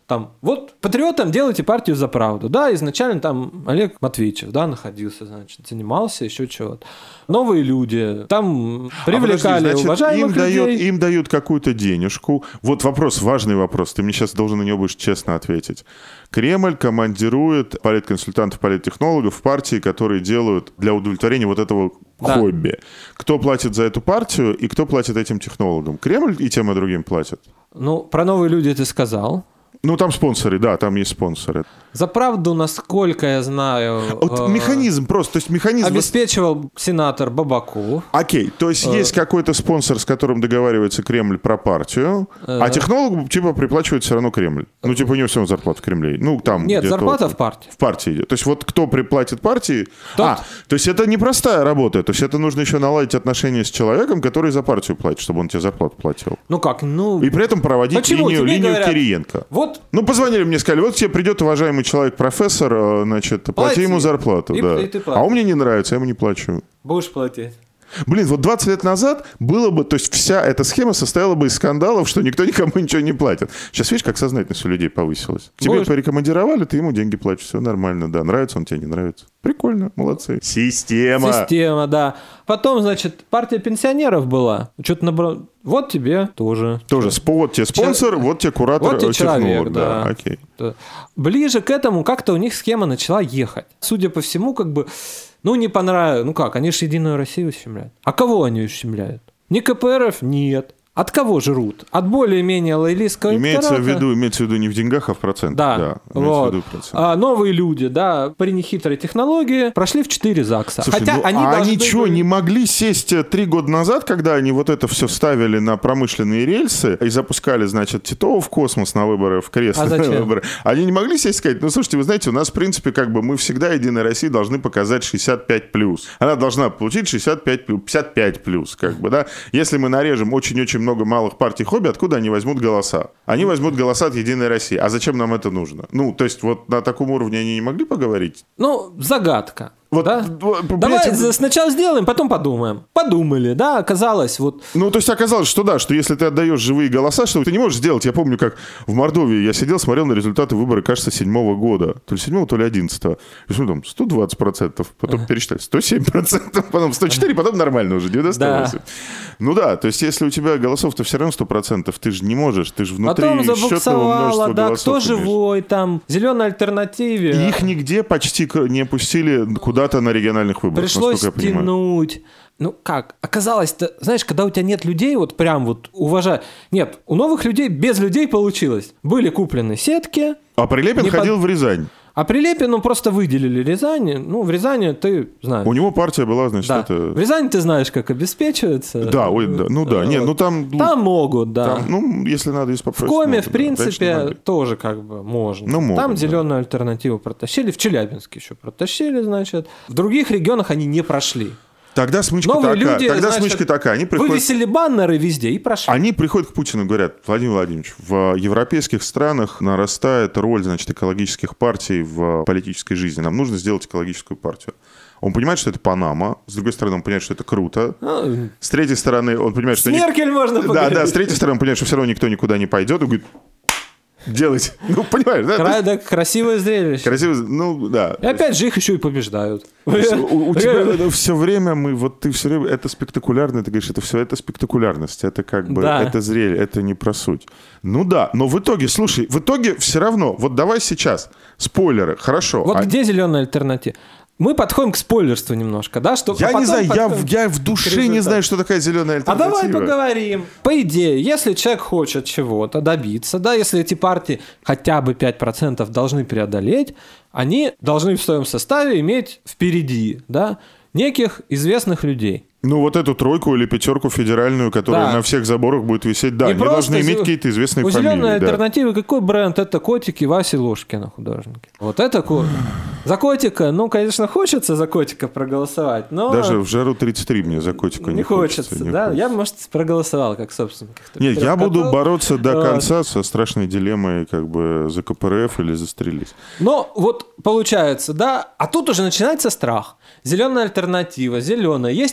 Там, вот патриотам делайте партию за правду. Да, изначально там Олег Матвеичев, да, находился, значит, занимался еще чего-то. Новые люди, там привлекали а подожди, значит, уважаемых им людей. Дает, им дают какую-то денежку. Вот вопрос, важный вопрос, ты мне сейчас должен на него будешь честно ответить. Кремль командирует политконсультантов, политтехнологов в партии, которые делают для удовлетворения вот этого да. хобби. Кто платит за эту партию и кто платит этим технологам? Кремль и тем и другим платят? Ну, про новые люди ты сказал. Ну, там спонсоры, да, там есть спонсоры. За правду, насколько я знаю... Вот э- механизм просто, то есть механизм... Обеспечивал сенатор Бабаков. Окей, то есть э- есть какой-то спонсор, с которым договаривается Кремль про партию, э- а технологу, типа, приплачивает все равно Кремль. Ну, типа, у него все равно зарплата в Кремле. Ну, там Нет, зарплата в партии. В партии идет. То есть вот кто приплатит партии... Тот... А, то есть это непростая работа, то есть это нужно еще наладить отношения с человеком, который за партию платит, чтобы он тебе зарплату платил. Ну как, ну... И при этом проводить Почему? линию, линию говорят, Кириенко. Вот... Ну, позвонили мне, сказали, вот тебе придет уважаемый человек, профессор, значит, плати, плати ему зарплату. И, да. и ты а он мне не нравится, я ему не плачу. Будешь платить. Блин, вот двадцать лет назад было бы, то есть вся эта схема состояла бы из скандалов, что никто никому ничего не платит. Сейчас видишь, как сознательность у людей повысилась. Тебе Будешь... порекомендовали, ты ему деньги платишь, все нормально, да. Нравится он тебе, не нравится. Прикольно, молодцы. Система. Система, да. Потом, значит, партия пенсионеров была. Что-то набрал. Вот тебе тоже. Тоже. Вот тебе спонсор, Чел... вот тебе куратор, вот тебе технолог. Человек, да. да. Окей. Да. Ближе к этому как-то у них схема начала ехать. Судя по всему, как бы, ну, не понравилось. Ну как, они же Единую Россию ущемляют. А кого они ущемляют? Не ка пэ эр эф? Нет. От кого жрут? От более-менее лоялистского имеется в виду, имеется в виду не в деньгах, а в процентах. Да, да вот. А, новые люди, да, при нехитрой технологии прошли в четыре ЗАГСа. Слушай, Хотя ну, они а они что, были... не могли сесть три года назад, когда они вот это все ставили на промышленные рельсы и запускали, значит, Титова в космос на выборы, в кресло а на выборы? Они не могли сесть и сказать, ну, слушайте, вы знаете, у нас, в принципе, как бы мы всегда, Единая Россия, должны показать шестьдесят пять плюс. Она должна получить шестьдесят пять плюс, пятьдесят пять плюс, как бы, да. Если мы нарежем очень-очень много малых партий хобби, откуда они возьмут голоса? Они возьмут голоса от Единой России. А зачем нам это нужно? Ну, то есть вот на таком уровне они не могли поговорить? Ну, загадка. Вот, да? Блядь, Давай это... сначала сделаем, потом подумаем. Подумали, да, оказалось вот... Ну, то есть оказалось, что да, что если ты отдаешь живые голоса, что ты не можешь сделать. Я помню, как в Мордовии я сидел, смотрел на результаты выборов, кажется, седьмого года. То ли седьмого, то ли одиннадцатого. И смотрю, там, сто двадцать процентов, потом ага. пересчитали, сто семь процентов, потом сто четыре, потом нормально уже, девяносто восемь. Да. Ну да, то есть если у тебя голосов-то все равно сто процентов, ты же не можешь, ты же внутри счетного множества да, голосов. Кто живой, там, зеленой альтернативе. И их нигде почти не пустили куда-то на региональных выборах. Пришлось тянуть. Ну как? Оказалось-то, знаешь, когда у тебя нет людей, вот прям вот уважай. Нет, у новых людей без людей получилось. Были куплены сетки. А Прилепин ходил под... в Рязань. А Прилепину просто выделили Рязань. Ну, в Рязани ты знаешь. У него партия была, значит, да. это... В Рязани ты знаешь, как обеспечивается. Да, ой, да. Ну да, нет, ну там... Там могут, да. Там, ну, если надо, из попросить. В Коме, могут, в принципе, да. тоже как бы можно. Ну, могут, там да. зеленую альтернативу протащили. В Челябинске еще протащили, значит. В других регионах они не прошли. Тогда смычка Новые такая. люди, Тогда значит, смычка такая. Они приходят... Вывесили баннеры везде и прошли. Они приходят к Путину и говорят: Владимир Владимирович, в европейских странах нарастает роль, значит, экологических партий в политической жизни. Нам нужно сделать экологическую партию. Он понимает, что это Панама. С другой стороны, он понимает, что это круто. А, с третьей стороны, он понимает, что... С Меркель они... можно поговорить. Да, да, с третьей стороны, он понимает, что все равно никто никуда не пойдет. Он говорит... Делать. Ну, понимаешь, да? Кра- да, красивое зрелище. Красивое, ну, да. И опять же их еще и побеждают. У, у тебя все время мы, вот ты все время, это спектакулярно, ты говоришь, это все, это спектакулярность, это как бы, да. это зрелище, это не про суть. Ну да, но в итоге, слушай, в итоге все равно, вот давай сейчас, спойлеры, хорошо. Вот а... где зеленая альтернатива? Мы подходим к спойлерству немножко, да? Что, я не знаю, я, я в душе не знаю, что такая зеленая альтернатива. А давай поговорим. По идее, если человек хочет чего-то добиться, да, если эти партии хотя бы пять процентов должны преодолеть, они должны в своем составе иметь впереди, да, неких известных людей. Ну, вот эту тройку или пятерку федеральную, которая да. на всех заборах будет висеть, да, не они должны иметь какие-то известные у фамилии. У зеленой да. альтернативы какой бренд? Это котики Васи Ложкина, художники. Вот это кот. За котика, ну, конечно, хочется за котика проголосовать, но... Даже в жару тридцать три мне за котика не, не хочется. хочется не да? хочется. Я, может, проголосовал как собственник. Нет, я буду котов. бороться до конца со страшной дилеммой, как бы, за ка пэ эр эф или застрелить. Но вот получается, да, а тут уже начинается страх. Зеленая альтернатива, зеленая. Есть какая-то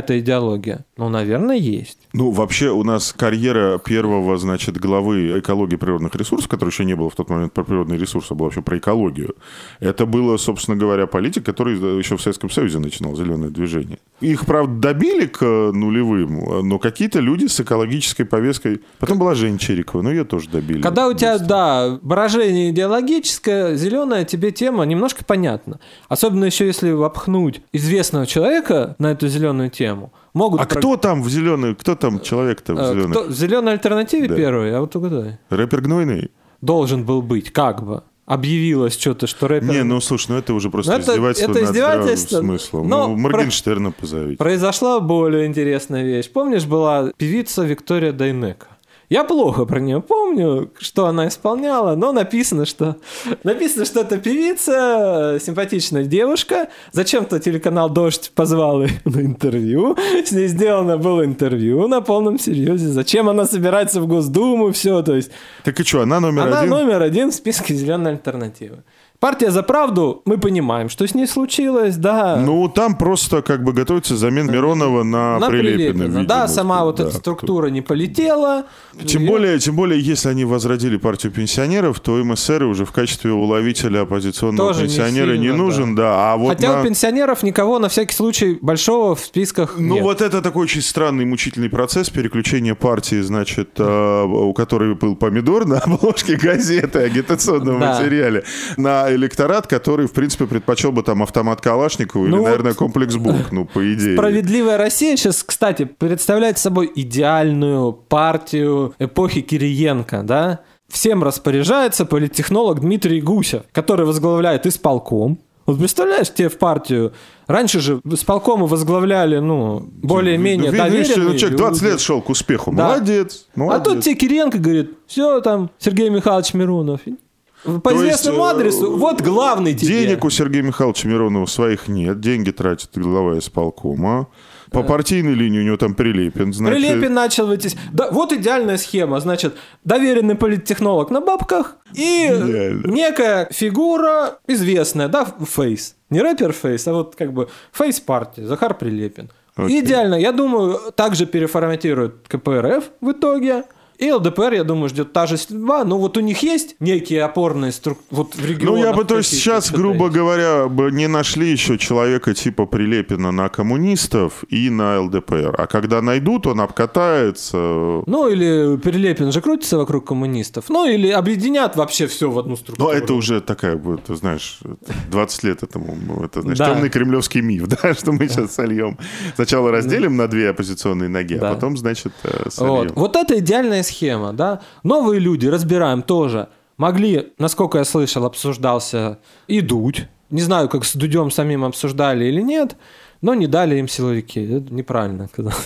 какая-то идеология? Ну, наверное, есть. Ну, вообще у нас карьера первого, значит, главы экологии природных ресурсов, который еще не было в тот момент про природные ресурсы, а был вообще про экологию. Это было, собственно говоря, политик, который еще в Советском Союзе начинал зеленое движение. Их, правда, добили к нулевым, но какие-то люди с экологической повесткой... Потом была Женя Чирикова, но ее тоже добили. Когда у тебя, да, выражение идеологическое, зеленая тебе тема немножко понятна. Особенно еще если вопхнуть известного человека на эту зеленую тему. Могут а про... кто там в зеленой, кто там человек-то в зеленой? Кто... В зеленой альтернативе да. первый, а вот угадай. Рэпер Гнойный? Должен был быть, как бы. Объявилось что-то, что рэпер... Не, ну слушай, ну это уже просто это, издевательство это над издевательство, здравым смыслом. Но ну, Моргенштерна про... позовите. Произошла более интересная вещь. Помнишь, была певица Виктория Дайнеко? Я плохо про нее помню, что она исполняла, но написано, что написано, что это певица, симпатичная девушка. Зачем-то телеканал «Дождь» позвал ее на интервью. С ней сделано было интервью на полном серьезе. Зачем она собирается в Госдуму, все, то есть... Так и что, она номер она один? Она номер один в списке «Зеленой альтернативы». Партия за правду, мы понимаем, что с ней случилось, да. Ну, там просто как бы готовится замена Миронова на, на Прилепина. Прилепина. Видимо, да, сама да, вот эта структура не полетела. Тем более, тем более, если они возродили партию пенсионеров, то МСР уже в качестве уловителя оппозиционного тоже пенсионера не, сильно, не нужен. Да. Да. А вот хотя на... у пенсионеров никого на всякий случай большого в списках ну, нет. вот это такой очень странный, мучительный процесс переключения партии, значит, у которой был помидор на обложке газеты, агитационного да. материала, на электорат, который, в принципе, предпочел бы там автомат Калашникова ну или, вот наверное, комплекс Бук, ну, по идее. Справедливая Россия сейчас, кстати, представляет собой идеальную партию эпохи Кириенко, да? Всем распоряжается политтехнолог Дмитрий Гусев, который возглавляет исполком. Вот представляешь, тебе в партию... Раньше же исполкомы возглавляли, ну, более-менее ну, доверенные. Ну, человек двадцать лет шел к успеху. Да. Молодец, молодец. А тут тебе Кириенко говорит, все, там, Сергей Михайлович Миронов... По То известному есть, адресу, вот главный тебе. Денег у Сергея Михайловича Миронова своих нет, деньги тратит глава исполкома. По да. партийной линии у него там Прилепин. Значит... Прилепин начал выйти. Да, вот идеальная схема. Значит, доверенный политтехнолог на бабках и Идеально. некая фигура известная, да, фейс. Не рэпер фейс, а вот как бы фейс партии, Захар Прилепин. Окей. Идеально. Я думаю, также переформатируют КПРФ в итоге. И ЛДПР, я думаю, ждет та же судьба. Но вот у них есть некие опорные структуры вот в регионах. Ну, я бы, то есть, сейчас, грубо говоря, бы не нашли еще человека типа Прилепина на коммунистов и на ЛДПР. А когда найдут, он обкатается. Ну, или Прилепин же крутится вокруг коммунистов. Ну, или объединят вообще все в одну структуру. Ну, это уже такая, ты знаешь, двадцать лет этому. Это, знаешь, да. темный кремлевский миф, да, что мы сейчас сольем. Сначала разделим на две оппозиционные ноги, да. а потом, значит, сольем. Вот. вот это идеальная схема, да. Новые люди, разбираем тоже, могли, насколько я слышал, обсуждался и Дудь. Не знаю, как с Дудем самим обсуждали или нет, но не дали им силовики. Это неправильно.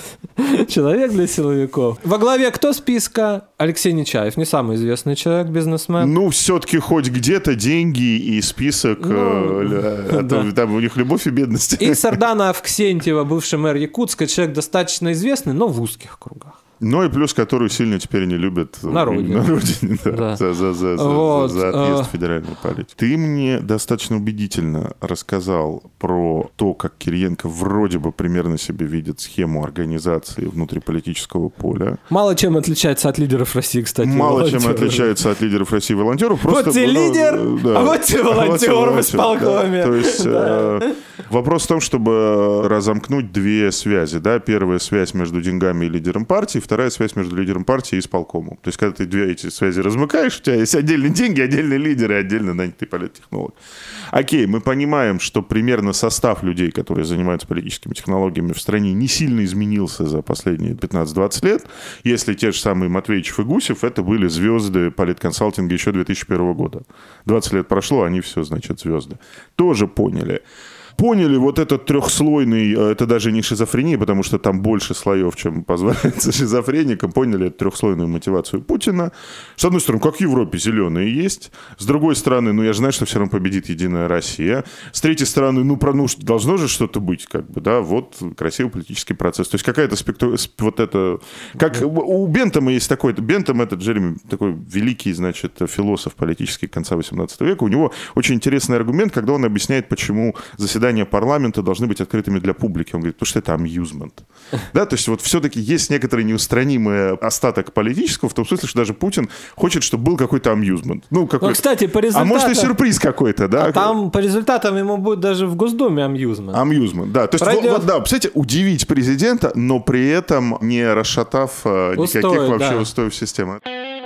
Человек для силовиков. Во главе кто списка? Алексей Нечаев. Не самый известный человек, бизнесмен. Ну, все-таки хоть где-то деньги и список. Ну, э, да. а там у них любовь и бедность. И Сардана Авксентьева, бывший мэр Якутска. Человек достаточно известный, но в узких кругах. Ну и плюс, которую сильно теперь не любят на родине, на родине да, да. За, за, за, вот. за, за отъезд в федеральную политику. Ты мне достаточно убедительно рассказал про то, как Кириенко вроде бы примерно себе видит схему организации внутриполитического поля. Мало чем отличается от лидеров России, кстати. Мало волонтеров. чем отличается от лидеров России волонтеров. Просто, вот тебе ну, лидер, да, а вот тебе волонтер в исполкоме. Да. То есть да. э, вопрос в том, чтобы разомкнуть две связи. Да? Первая связь между деньгами и лидером партии, вторая связь между лидером партии и исполкомом. То есть, когда ты две эти связи размыкаешь, у тебя есть отдельные деньги, отдельные лидеры, отдельно нанятый политтехнолог. Окей, мы понимаем, что примерно состав людей, которые занимаются политическими технологиями в стране, не сильно изменился за последние пятнадцать-двадцать лет. Если те же самые Матвеичев и Гусев, это были звезды политконсалтинга еще две тысячи первого года. двадцать лет прошло, они все, значит, звезды. Тоже поняли. Поняли вот этот трехслойный, это даже не шизофрения, потому что там больше слоев, чем позволяется шизофреникам, поняли эту трехслойную мотивацию Путина. С одной стороны, как в Европе зеленые есть, с другой стороны, ну я же знаю, что все равно победит Единая Россия, с третьей стороны, ну, про, ну должно же что-то быть, как бы, да, вот красивый политический процесс. То есть какая-то спекту... вот это, как у Бентама есть такой, Бентам это Джереми, такой великий, значит, философ политический конца восемнадцатого века, у него очень интересный аргумент, когда он объясняет, почему заседание заседания парламента должны быть открытыми для публики. Он говорит, потому что это амьюзмент. Да, то есть вот все-таки есть некоторый неустранимый остаток политического, в том смысле, что даже Путин хочет, чтобы был какой-то амьюзмент. Ну, какой... ну кстати, по результатам... А может и сюрприз какой-то, да? А там по результатам ему будет даже в Госдуме амьюзмент. Амьюзмент, да. То есть, вот, вот, да, кстати, удивить президента, но при этом не расшатав Устой, никаких вообще да. устоев системы.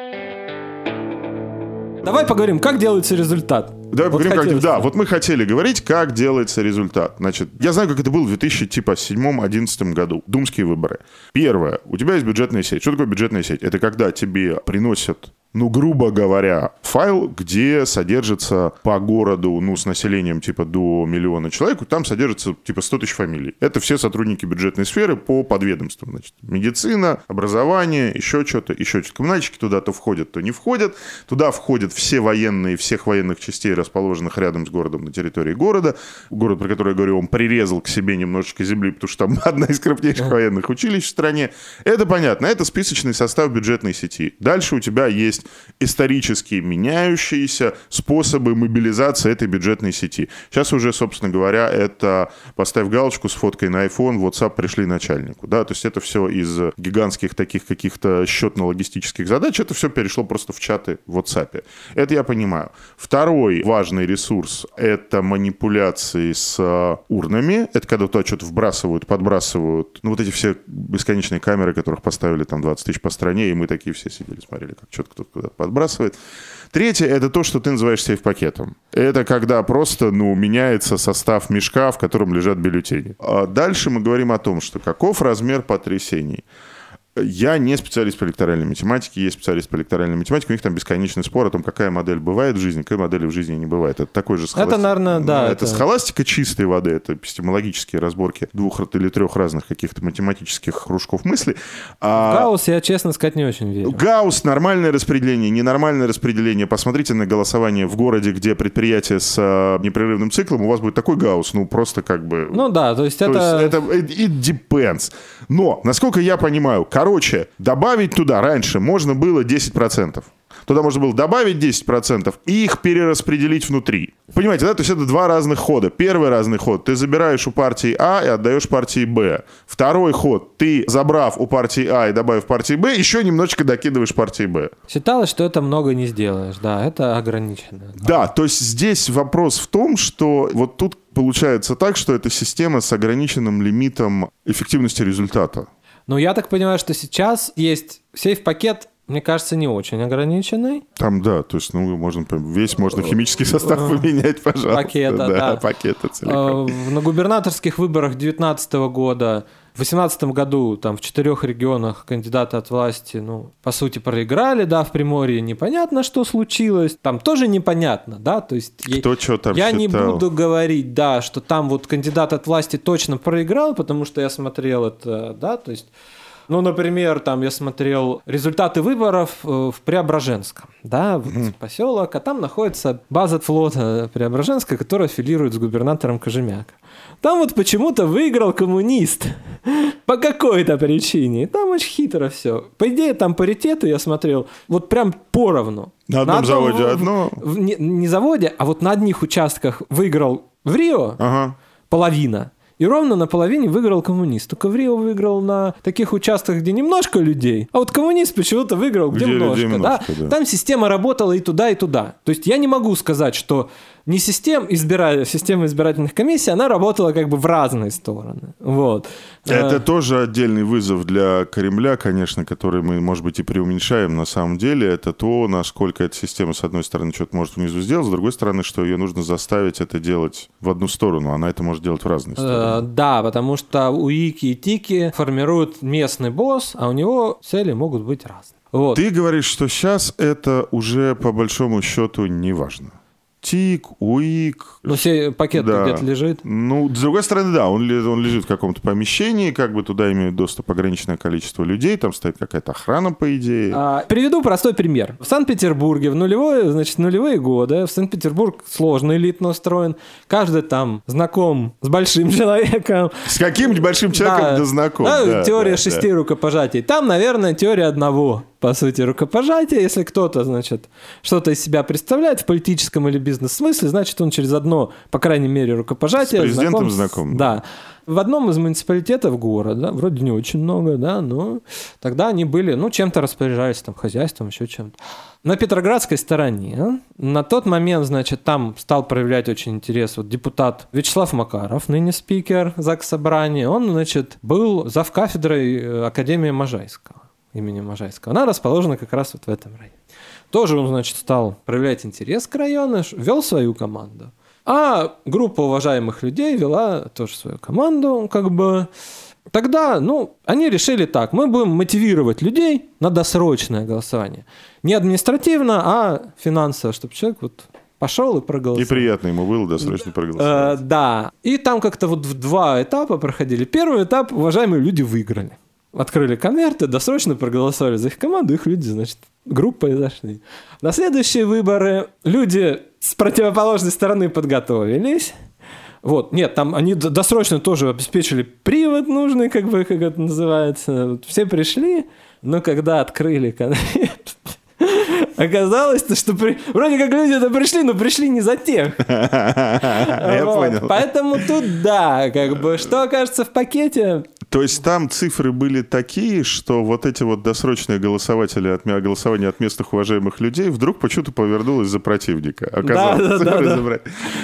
Давай поговорим, как делается результат. Давай вот поговорим, как... Да, вот мы хотели говорить, как делается результат. Значит, я знаю, как это было в две тысячи седьмом-одиннадцатом году. Думские выборы. Первое. У тебя есть бюджетная сеть. Что такое бюджетная сеть? Это когда тебе приносят, ну, грубо говоря, файл, где содержится по городу, ну, с населением типа до миллиона человек, там содержится типа сто тысяч фамилий. Это все сотрудники бюджетной сферы по подведомствам. Значит, медицина, образование, еще что-то, еще что-то. Коммунальщики туда то входят, то не входят. Туда входят все военные, всех военных частей, расположенных рядом с городом на территории города. Город, про который я говорю, он прирезал к себе немножечко земли, потому что там одна из крупнейших военных училищ в стране. Это понятно. Это списочный состав бюджетной сети. Дальше у тебя есть исторически меняющиеся способы мобилизации этой бюджетной сети. Сейчас уже, собственно говоря, это поставь галочку с фоткой на iPhone, в WhatsApp пришли начальнику. Да? То есть это все из гигантских таких каких-то счетно-логистических задач, это все перешло просто в чаты в WhatsApp. Это я понимаю. Второй важный ресурс — это манипуляции с урнами. Это когда туда что-то вбрасывают, подбрасывают. Ну, вот эти все бесконечные камеры, которых поставили там двадцать тысяч по стране, и мы такие все сидели, смотрели, как что-то кто-то куда-то подбрасывает. Третье — это то, что ты называешь сейф-пакетом. Это когда просто, ну, меняется состав мешка, в котором лежат бюллетени. А дальше мы говорим о том, что каков размер потрясений. Я не специалист по электоральной математике, есть специалист по электоральной математике, у них там бесконечный спор о том, какая модель бывает в жизни, какая модель в жизни не бывает. Это такой же схоластика. Это, наверное, да. Это, это схоластика чистой воды, это эпистемологические разборки двух или трех разных каких-то математических кружков мысли. А... Гаусс, я, честно сказать, не очень верю. Гаусс, нормальное распределение, ненормальное распределение. Посмотрите на голосование в городе, где предприятие с непрерывным циклом, у вас будет такой Гаусс, ну, просто как бы... Ну да, то есть то это... Есть это... It depends. Но, насколько я понимаю, короче, добавить туда раньше можно было десять процентов. Туда можно было добавить десять процентов и их перераспределить внутри. Понимаете, да? То есть это два разных хода. Первый разный ход. Ты забираешь у партии А и отдаешь партии Б. Второй ход. Ты, забрав у партии А и добавив партии Б, еще немножечко докидываешь партии Б. Считалось, что это много не сделаешь. Да, это ограничено. Да, то есть здесь вопрос в том, что вот тут получается так, что это система с ограниченным лимитом эффективности результата. Ну, я так понимаю, что сейчас есть сейф-пакет, мне кажется, не очень ограниченный. Там, да, то есть, ну, можно весь, можно химический состав поменять, пожалуйста. Пакета, да. да. Пакета целиком. На губернаторских выборах две тысячи девятнадцатого года, в две тысячи восемнадцатом году там в четырех регионах кандидаты от власти, ну, по сути, проиграли, да, в Приморье непонятно, что случилось. Там тоже непонятно, да, то есть... Кто что там Я считал? не буду говорить, да, что там вот кандидат от власти точно проиграл, потому что я смотрел это, да, то есть... Ну, например, там я смотрел результаты выборов в Преображенском, да, вот mm-hmm. поселок, а там находится база флота Преображенска, которая аффилирует с губернатором Кожемяка. Там вот почему-то выиграл коммунист по какой-то причине. Там очень хитро все. По идее, там паритеты, я смотрел, вот прям поровну. На одном на одном, заводе в, одно? В, в, не, не заводе, а вот на одних участках выиграл в Рио ага. половина. И ровно наполовине выиграл коммунист. Только в Рио выиграл на таких участках, где немножко людей, а вот коммунист почему-то выиграл, где, где множко. множко да? Да. Там система работала и туда, и туда. То есть я не могу сказать, что не систем, избира... система избирательных комиссий, она работала как бы в разные стороны. Вот. Это а... тоже отдельный вызов для Кремля, конечно, который мы, может быть, и преуменьшаем на самом деле. Это то, насколько эта система, с одной стороны, что-то может внизу сделать, с другой стороны, что ее нужно заставить это делать в одну сторону. Она это может делать в разные стороны. А, да, потому что УИКи и ТИКи формируют местный босс, а у него цели могут быть разные. Вот. Ты говоришь, что сейчас это уже по большому счету не важно. ТИК, УИК. Ну, все пакет да. где-то лежит. Ну, с другой стороны, да, он, он лежит в каком-то помещении, как бы туда имеет доступ ограниченное количество людей, там стоит какая-то охрана, по идее. А, приведу простой пример. В Санкт-Петербурге в нулевые, значит, нулевые годы, в Санкт-Петербург сложно элитно устроен, каждый там знаком с большим человеком. С каким-нибудь большим человеком да, да знаком. Да, да, теория да, шести да. рукопожатий. Там, наверное, теория одного. по сути, рукопожатие. Если кто-то, значит, что-то из себя представляет в политическом или бизнес-смысле, значит, он через одно, по крайней мере, рукопожатие... С президентом знаком. знаком. Да. В одном из муниципалитетов города, вроде не очень много, да, но тогда они были, ну, чем-то распоряжались, там, хозяйством, еще чем-то. На Петроградской стороне на тот момент, значит, там стал проявлять очень интерес вот депутат Вячеслав Макаров, ныне спикер Заксобрания. Он, значит, был завкафедрой Академии Можайского, имени Можайского. Она расположена как раз вот в этом районе. Тоже он, значит, стал проявлять интерес к району, вел свою команду. А группа уважаемых людей вела тоже свою команду, как бы. Тогда, ну, они решили так, мы будем мотивировать людей на досрочное голосование. Не административно, а финансово, чтобы человек вот пошел и проголосовал. И приятно ему было досрочно проголосовать. Э, да. И там как-то вот в два этапа проходили. Первый этап уважаемые люди выиграли. Открыли конверты, досрочно проголосовали за их команду, их люди, значит, группой зашли. На следующие выборы люди с противоположной стороны подготовились. Вот, нет, там они досрочно тоже обеспечили привод нужный, как бы, как это называется. Вот, все пришли, но когда открыли конверт, оказалось, что при... вроде как люди-то пришли, но пришли не за тех. Я понял. Поэтому тут, да, как бы, что окажется в пакете... То есть там цифры были такие, что вот эти вот досрочные голосователи от голосования от местных уважаемых людей вдруг почему-то повернулось за противника. Оказалось, да, да, да.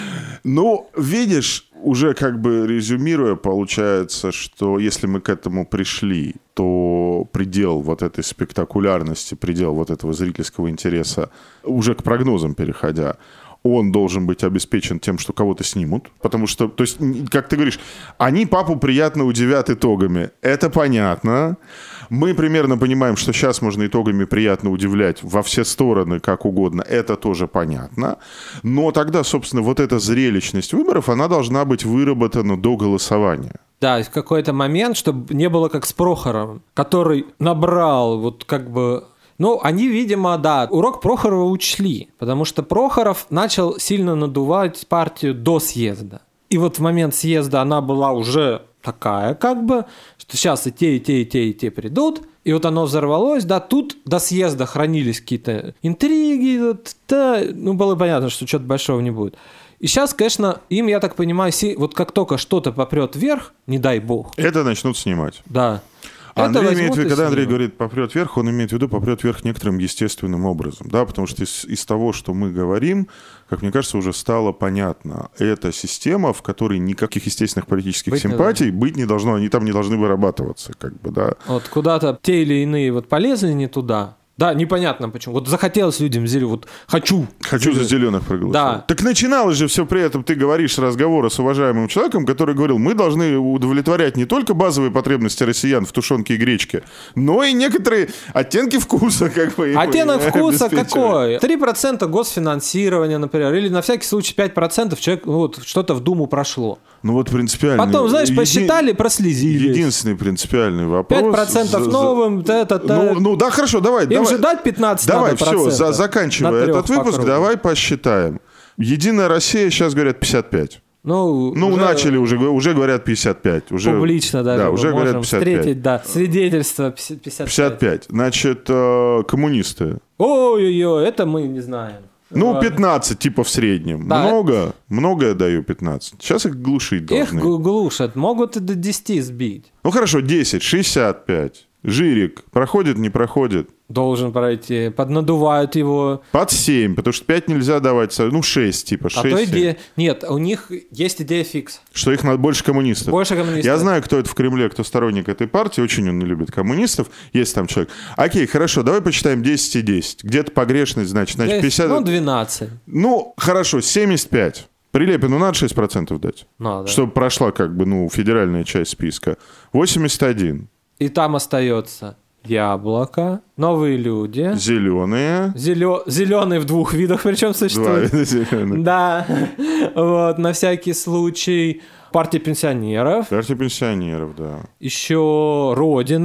Ну, видишь, уже как бы резюмируя, получается, что если мы к этому пришли, то предел вот этой спектакулярности, предел вот этого зрительского интереса, уже к прогнозам переходя, он должен быть обеспечен тем, что кого-то снимут. Потому что, то есть, как ты говоришь, они папу приятно удивят итогами. Это понятно. Мы примерно понимаем, что сейчас можно итогами приятно удивлять во все стороны, как угодно. Это тоже понятно. Но тогда, собственно, вот эта зрелищность выборов, она должна быть выработана до голосования. Да, в какой-то момент, чтобы не было как с Прохоровым, который набрал вот как бы... Ну, они, видимо, да, урок Прохорова учли, потому что Прохоров начал сильно надувать партию до съезда. И вот в момент съезда она была уже такая, как бы, что сейчас и те, и те, и те, и те придут, и вот оно взорвалось, да, тут до съезда хранились какие-то интриги, вот, да, ну, было понятно, что что-то большого не будет. И сейчас, конечно, им, я так понимаю, вот как только что-то попрет вверх, не дай бог. Это начнут снимать. Да. Андрей имеет в виду, когда Андрей говорит «попрет вверх», он имеет в виду «попрет вверх» некоторым естественным образом, да, потому что из, из того, что мы говорим, как мне кажется, уже стало понятно, это система, в которой никаких естественных политических быть симпатий не быть не должно, они там не должны вырабатываться, как бы, да. Вот куда-то те или иные вот полезли не туда. Да, непонятно почему. Вот захотелось людям зеленых, вот хочу. Хочу зеленых. За зеленых проголосовать. Да. Так начиналось же все при этом, ты говоришь разговора с уважаемым человеком, который говорил, мы должны удовлетворять не только базовые потребности россиян в тушенке и гречке, но и некоторые оттенки вкуса, как бы. Оттенок вкуса какой? три процента госфинансирования, например, или на всякий случай пять процентов человек, ну, вот, что-то в Думу прошло. Ну вот принципиально. Потом, знаешь, еди... посчитали, прослезились. Единственный принципиальный вопрос. пять процентов новым, это... Ну, ну да, хорошо, давай. Им давай. же дать пятнадцать Давай, процентов. все, за, заканчивая этот выпуск, давай посчитаем. Единая Россия сейчас говорят пятьдесят пять. Ну, ну уже... начали уже, уже говорят пятьдесят пять. Уже, публично даже. Да, уже говорят пятьдесят пять. Встретить, да, свидетельство пятьдесят пять. пятьдесят пять. Значит, э, коммунисты. Ой-ой-ой, это мы не знаем. Ну, пятнадцать, типа в среднем. Да. Много? Много я даю пятнадцать. Сейчас их глушить должны. Их глушат. Могут и до десяти сбить. Ну, хорошо, десять, шестьдесят пять. Жирик проходит, не проходит? Должен пройти. Поднадувают его. Под семь, потому что пять нельзя давать. Ну, шесть, типа, шесть. А то идея... Нет, у них есть идея фикс. Что их надо больше коммунистов. Больше коммунистов. Я знаю, кто это в Кремле, кто сторонник этой партии. Очень он не любит коммунистов. Есть там человек. Окей, хорошо, давай посчитаем десять и десять. Где-то погрешность, значит. значит пятьдесят... Ну, двенадцать. Ну, хорошо, семьдесят пять. Прилепину надо шесть процентов дать. Надо. Чтобы прошла, как бы, ну, федеральная часть списка. восемьдесят один. И там остается яблоко, новые люди. Зеленые. Зелё... Зеленые в двух видах, причем существуют. Два зеленых. Да. Вот, на всякий случай. Партия пенсионеров. Партия пенсионеров, да. Еще Родина.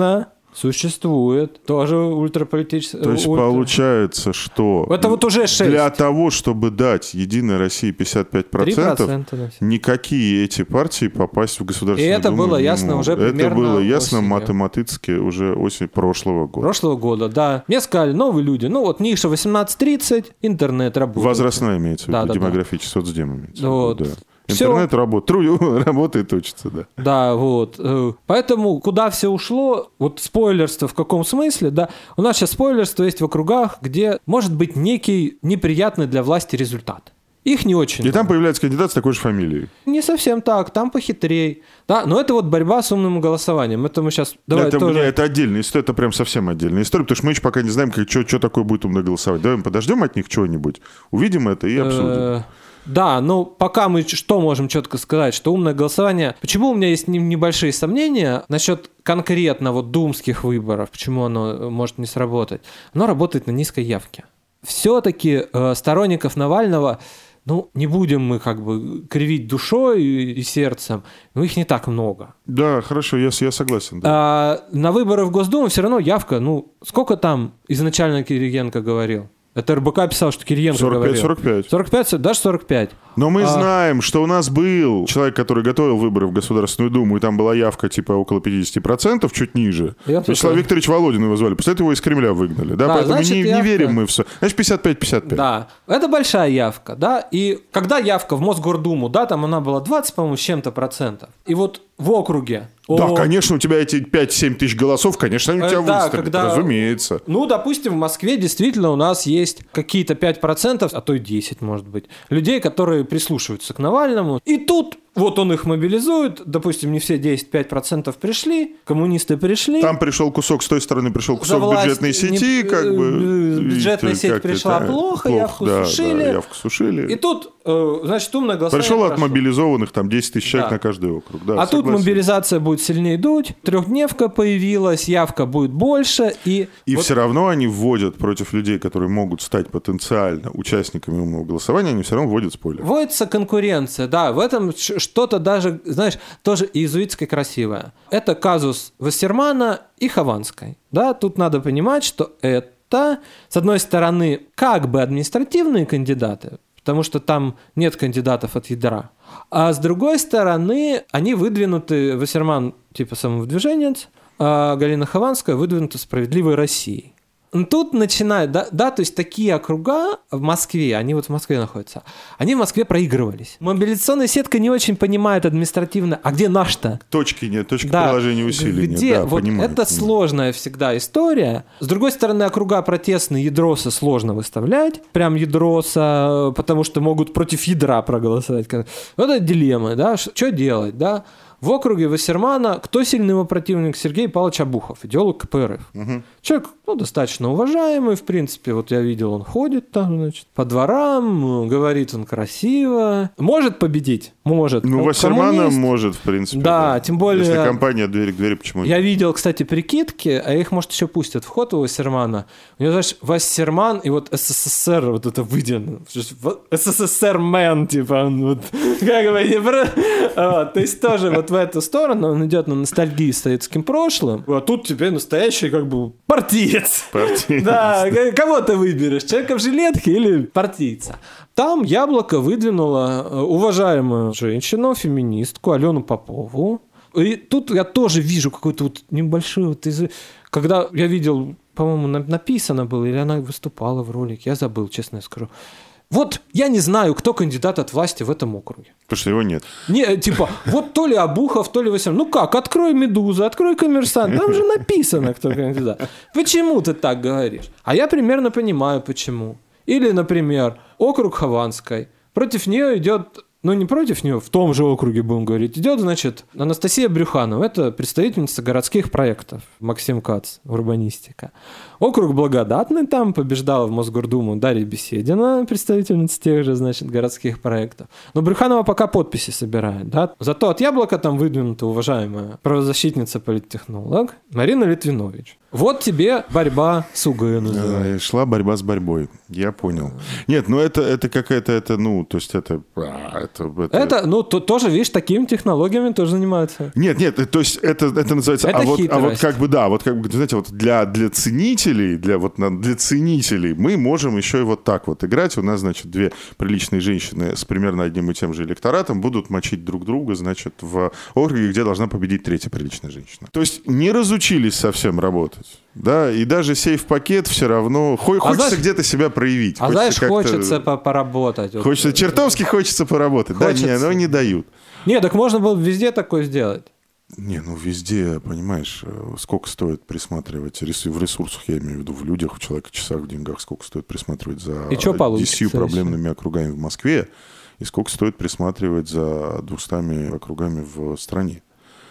Существует. Тоже ультраполитическая. То есть ультра... получается, что это вот уже шесть. Для того, чтобы дать Единой России пятьдесят пять процентов, три процента, да. никакие эти партии попасть в Государственную И это Думу было не ясно могут. уже примерно Это было ясно осенью. математически уже осень прошлого года. Прошлого года, да. Мне сказали, новые люди. Ну вот ниша восемнадцать тридцать, интернет работает. Возрастная имеется в виду, Да, да, демографический соцдем имеется Вот. в виду, да. Всё. Интернет работает, работает, учится, да. Да, вот. Э, Поэтому куда все ушло, вот спойлерство в каком смысле, да, у нас сейчас спойлерство есть в округах, где может быть некий неприятный для власти результат. Их не очень. И там появляется кандидат с такой же фамилией. Не совсем так, там похитрей. Да, но это вот борьба с умным голосованием. Это мы сейчас... Давай это, тоже... мне, это отдельная история, это прям совсем отдельная история, потому что мы еще пока не знаем, как, что, что такое будет умное голосование. Давай мы подождем от них чего-нибудь, увидим это и обсудим. Э, Да, но пока мы что можем четко сказать, что умное голосование... Почему у меня есть небольшие сомнения насчет конкретно вот думских выборов, почему оно может не сработать? Оно работает на низкой явке. Все-таки э, сторонников Навального... Ну, не будем мы как бы кривить душой и сердцем, но их не так много. Да, хорошо, я, я согласен. Да. А на выборы в Госдуму все равно явка, ну, сколько там изначально Кириенко говорил? Это эр бэ ка писал, что Кириенко сорок пять, говорил. сорок пять. сорок пять, даже сорок пять. Но мы А... знаем, что у нас был человек, который готовил выборы в Государственную Думу, и там была явка типа около пятьдесят процентов, чуть ниже. Я Вячеслав только... Викторович Володин его звали. После этого его из Кремля выгнали. Да, Да, поэтому значит, не, явка... не верим мы в все. Значит, пятьдесят пять пятьдесят пять. Да, это большая явка, да, и когда явка в Мосгордуму, да, там она была двадцать, по-моему, с чем-то процентов. И вот в округе... Да, о... конечно, у тебя эти пять-семь тысяч голосов, конечно, они у тебя да, выстрелят, когда... разумеется. Ну, допустим, в Москве действительно у нас есть какие-то пять процентов, а то и десять, может быть, людей, которые прислушиваются к Навальному. И тут вот он их мобилизует, допустим, не все десять-пять процентов пришли, коммунисты пришли. Там пришел кусок, с той стороны пришел За кусок власть бюджетной сети, не... как бы... Бюджетная видите, сеть пришла это... плохо, плохо, явку да, сушили. Да, явку сушили. И тут, значит, умное голосование Пришел от прошло. мобилизованных там десять тысяч человек Да. на каждый округ. Да, а согласен. тут мобилизация будет сильнее дуть, трехдневка появилась, явка будет больше. И, и вот... все равно они вводят против людей, которые могут стать потенциально участниками умного голосования, они все равно вводят спойлер. Вводится конкуренция, да, в этом что-то даже, знаешь, тоже иезуитское красивое. Это казус Вассермана и Хованской. Да, тут надо понимать, что это, с одной стороны, как бы административные кандидаты, потому что там нет кандидатов от ядра. А с другой стороны, они выдвинуты, Вассерман типа самовыдвиженец, а Галина Хованская выдвинута «Справедливой Россией». Тут начинают, да, да, то есть такие округа в Москве, они вот в Москве находятся, они в Москве проигрывались. Мобилизационная сетка не очень понимает административно, а где наш-то? Точки нет, точки Да, приложения усилий где? нет. Да, вот понимаю, это понимаю. сложная всегда история. С другой стороны, округа протестные, ядроса сложно выставлять. Прям ядроса, потому что могут против ядра проголосовать. Вот это дилемма, да, что делать, да? В округе Вассермана кто сильный его противник? Сергей Павлович Обухов, идеолог ка пэ эр эф. Угу. Человек, ну, достаточно уважаемый, в принципе. Вот я видел, он ходит там, значит, по дворам, говорит он красиво. Может победить? Может. Ну, Вассермана Коммунист. может, в принципе. Да, тем более... Если компания от двери к двери, почему Я нет? видел, кстати, прикидки, а их, может, еще пустят в ход у Вассермана. У него, знаешь, Вассерман и вот эс эс эс эр, вот это выйдено. эс эс эс эр-мен, типа, он вот, как бы, не про... вот, то есть тоже вот в эту сторону он идет на ностальгию с советским прошлым, а тут тебе настоящий, как бы, партиец. Партиец. Да, кого ты выберешь, человека в жилетке или партийца? Там Яблоко выдвинуло уважаемую женщину, феминистку Алену Попову. И тут я тоже вижу какую-то вот небольшую... Вот из... Когда я видел, по-моему, написано было, или она выступала в ролике, я забыл, честно я скажу. Вот я не знаю, кто кандидат от власти в этом округе. Потому что его нет. Не, типа, вот то ли Обухов, то ли Вассерман. Ну как, открой «Медузу», открой «Коммерсант», там же написано, кто кандидат. Почему ты так говоришь? А я примерно понимаю, почему. Или, например, округ Хованской. Против нее идет... Ну, не против нее, в том же округе, будем говорить, идет, значит, Анастасия Брюханова. Это представительница городских проектов. Максим Кац, урбанистика. Округ Благодатный, там побеждала в Мосгордуму Дарья Беседина, представительница тех же, значит, городских проектов. Но Брюханова пока подписи собирает, да. Зато от Яблока там выдвинута уважаемая правозащитница-политтехнолог Марина Литвинович. Вот тебе борьба с УГ. Да, шла борьба с борьбой. Я понял. Нет, ну это, это какая-то, это, ну, то есть это... А, это, это... это, ну, то, тоже, видишь, такими технологиями тоже занимаются. Нет, нет, то есть это, это называется... Это а, вот, а вот как бы, да, вот как бы, знаете, вот для, для ценителей, для, вот, для ценителей мы можем еще и вот так вот играть. У нас, значит, две приличные женщины с примерно одним и тем же электоратом будут мочить друг друга, значит, в округе, где должна победить третья приличная женщина. То есть не разучились совсем работать. Да, и даже сейф-пакет все равно... Хо- а хочется знаешь, где-то себя проявить. А хочется знаешь, хочется поработать. Хочется, вот, чертовски хочется поработать. Хочется. Да, не, но не дают. Не, так можно было везде такое сделать. Не, ну везде, понимаешь, сколько стоит присматривать в ресурсах, я имею в виду в людях, в человека, часах, в деньгах, сколько стоит присматривать за десятью проблемными еще? округами в Москве, и сколько стоит присматривать за двумястами округами в стране.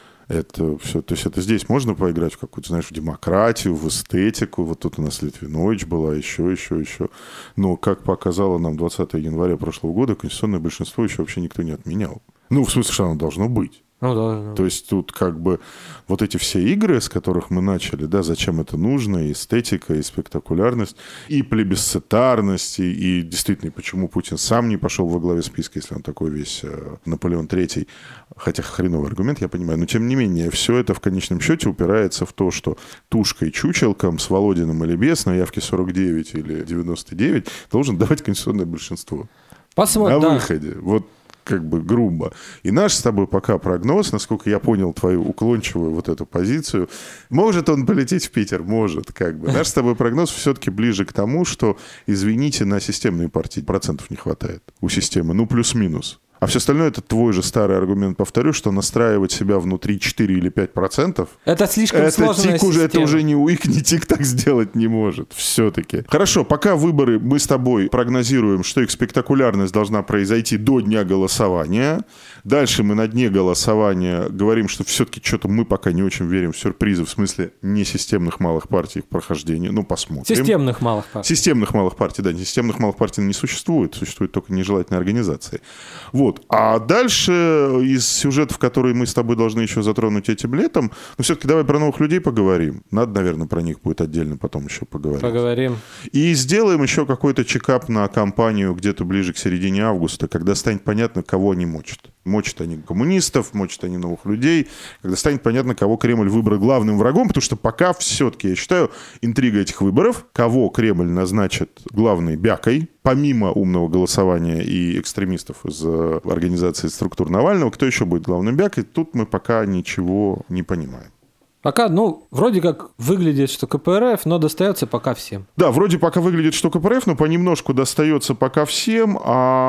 Это все, то есть это здесь можно поиграть в какую-то, знаешь, в демократию, в эстетику. Вот тут у нас Литвинович была, еще, еще, еще. Но, как показало нам двадцатого января прошлого года, конституционное большинство еще вообще никто не отменял. Ну, в смысле, что оно должно быть. Ну, да, да. То есть тут как бы вот эти все игры, с которых мы начали, да, зачем это нужно, и эстетика, и спектакулярность, и плебисцитарность, и, и действительно, почему Путин сам не пошел во главе списка, если он такой весь э, Наполеон третий, хотя хреновый аргумент, я понимаю, но тем не менее, все это в конечном счете упирается в то, что тушкой чучелком с Володиным или без на явке сорок девять или девяносто девять должен давать конституционное большинство. Посмотрим. На да. выходе. Вот как бы грубо. И наш с тобой пока прогноз, насколько я понял твою уклончивую вот эту позицию, может он полететь в Питер? Может, как бы. Наш с тобой прогноз все-таки ближе к тому, что, извините, на системные партии процентов не хватает у системы, ну плюс-минус. А все остальное — это твой же старый аргумент, повторю, что настраивать себя внутри четыре или пять процентов... Это слишком это сложная тик уже, система. Это уже не УИК, не ТИК так сделать не может. Все-таки. Хорошо, пока выборы, мы с тобой прогнозируем, что их спектакулярность должна произойти до дня голосования. Дальше мы на дне голосования говорим, что все-таки что-то мы пока не очень верим в сюрпризы, в смысле несистемных малых партий их прохождения. Ну, посмотрим. Системных малых партий. Системных малых партий, да. Несистемных малых партий не существует. Существуют только нежелательные организации. Вот. А дальше из сюжетов, которые мы с тобой должны еще затронуть этим летом, ну, все-таки давай про новых людей поговорим. Надо, наверное, про них будет отдельно потом еще поговорить. Поговорим. И сделаем еще какой-то чекап на кампанию где-то ближе к середине августа, когда станет понятно, кого они мочат. Мочат они коммунистов, мочат они новых людей, когда станет понятно, кого Кремль выбрал главным врагом, потому что пока все-таки, я считаю, интрига этих выборов, кого Кремль назначит главной бякой, помимо умного голосования и экстремистов из организации структур Навального, кто еще будет главным бякой, тут мы пока ничего не понимаем. Пока, ну, вроде как выглядит, что КПРФ, но достается пока всем. Да, вроде пока выглядит, что КПРФ, но понемножку достается пока всем,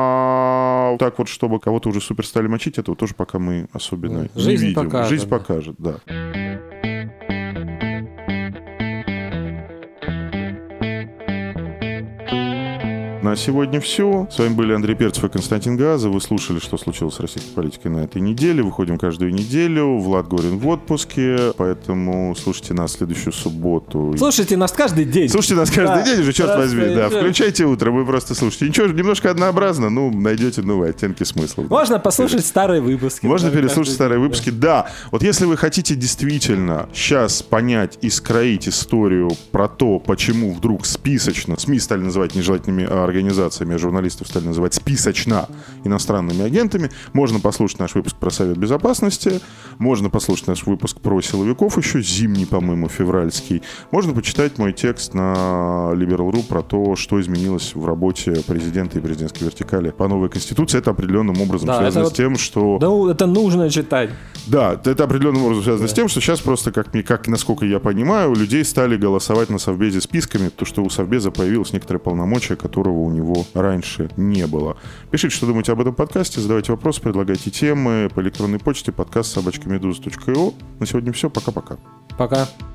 а так вот, чтобы кого-то уже супер стали мочить, этого тоже пока мы особенно да. не Жизнь видим. покажет, Жизнь да. покажет, да. На сегодня все. С вами были Андрей Перцев и Константин Газа. Вы слушали, что случилось с российской политикой на этой неделе. Выходим каждую неделю. Влад Горин в отпуске, поэтому слушайте нас в следующую субботу. Слушайте нас каждый день. Слушайте нас каждый да. день уже, черт Раз возьми. Да. пойдем. Включайте утро, вы просто слушайте. Ничего, немножко однообразно, ну, найдете новые оттенки смысла. Можно послушать старые выпуски. Можно да, переслушать старые день, выпуски. Да. да, вот если вы хотите действительно сейчас понять и скроить историю про то, почему вдруг списочно СМИ стали называть нежелательными организациями, а журналистов стали называть списочно иностранными агентами, можно послушать наш выпуск про Совет Безопасности, можно послушать наш выпуск про силовиков еще, зимний, по-моему, февральский. Можно почитать мой текст на Liberal точка ру про то, что изменилось в работе президента и президентской вертикали по новой конституции. Это определенным образом да, связано вот, с тем, что... Да, это нужно читать. Да, это определенным образом связано да. с тем, что сейчас просто, как, как, насколько я понимаю, у людей стали голосовать на Совбезе списками, потому что у Совбеза появилось некоторое полномочие, которого у него раньше не было. Пишите, что думаете об этом подкасте, задавайте вопросы, предлагайте темы по электронной почте подкаст собачка медуза точка io. На сегодня все. Пока-пока. Пока.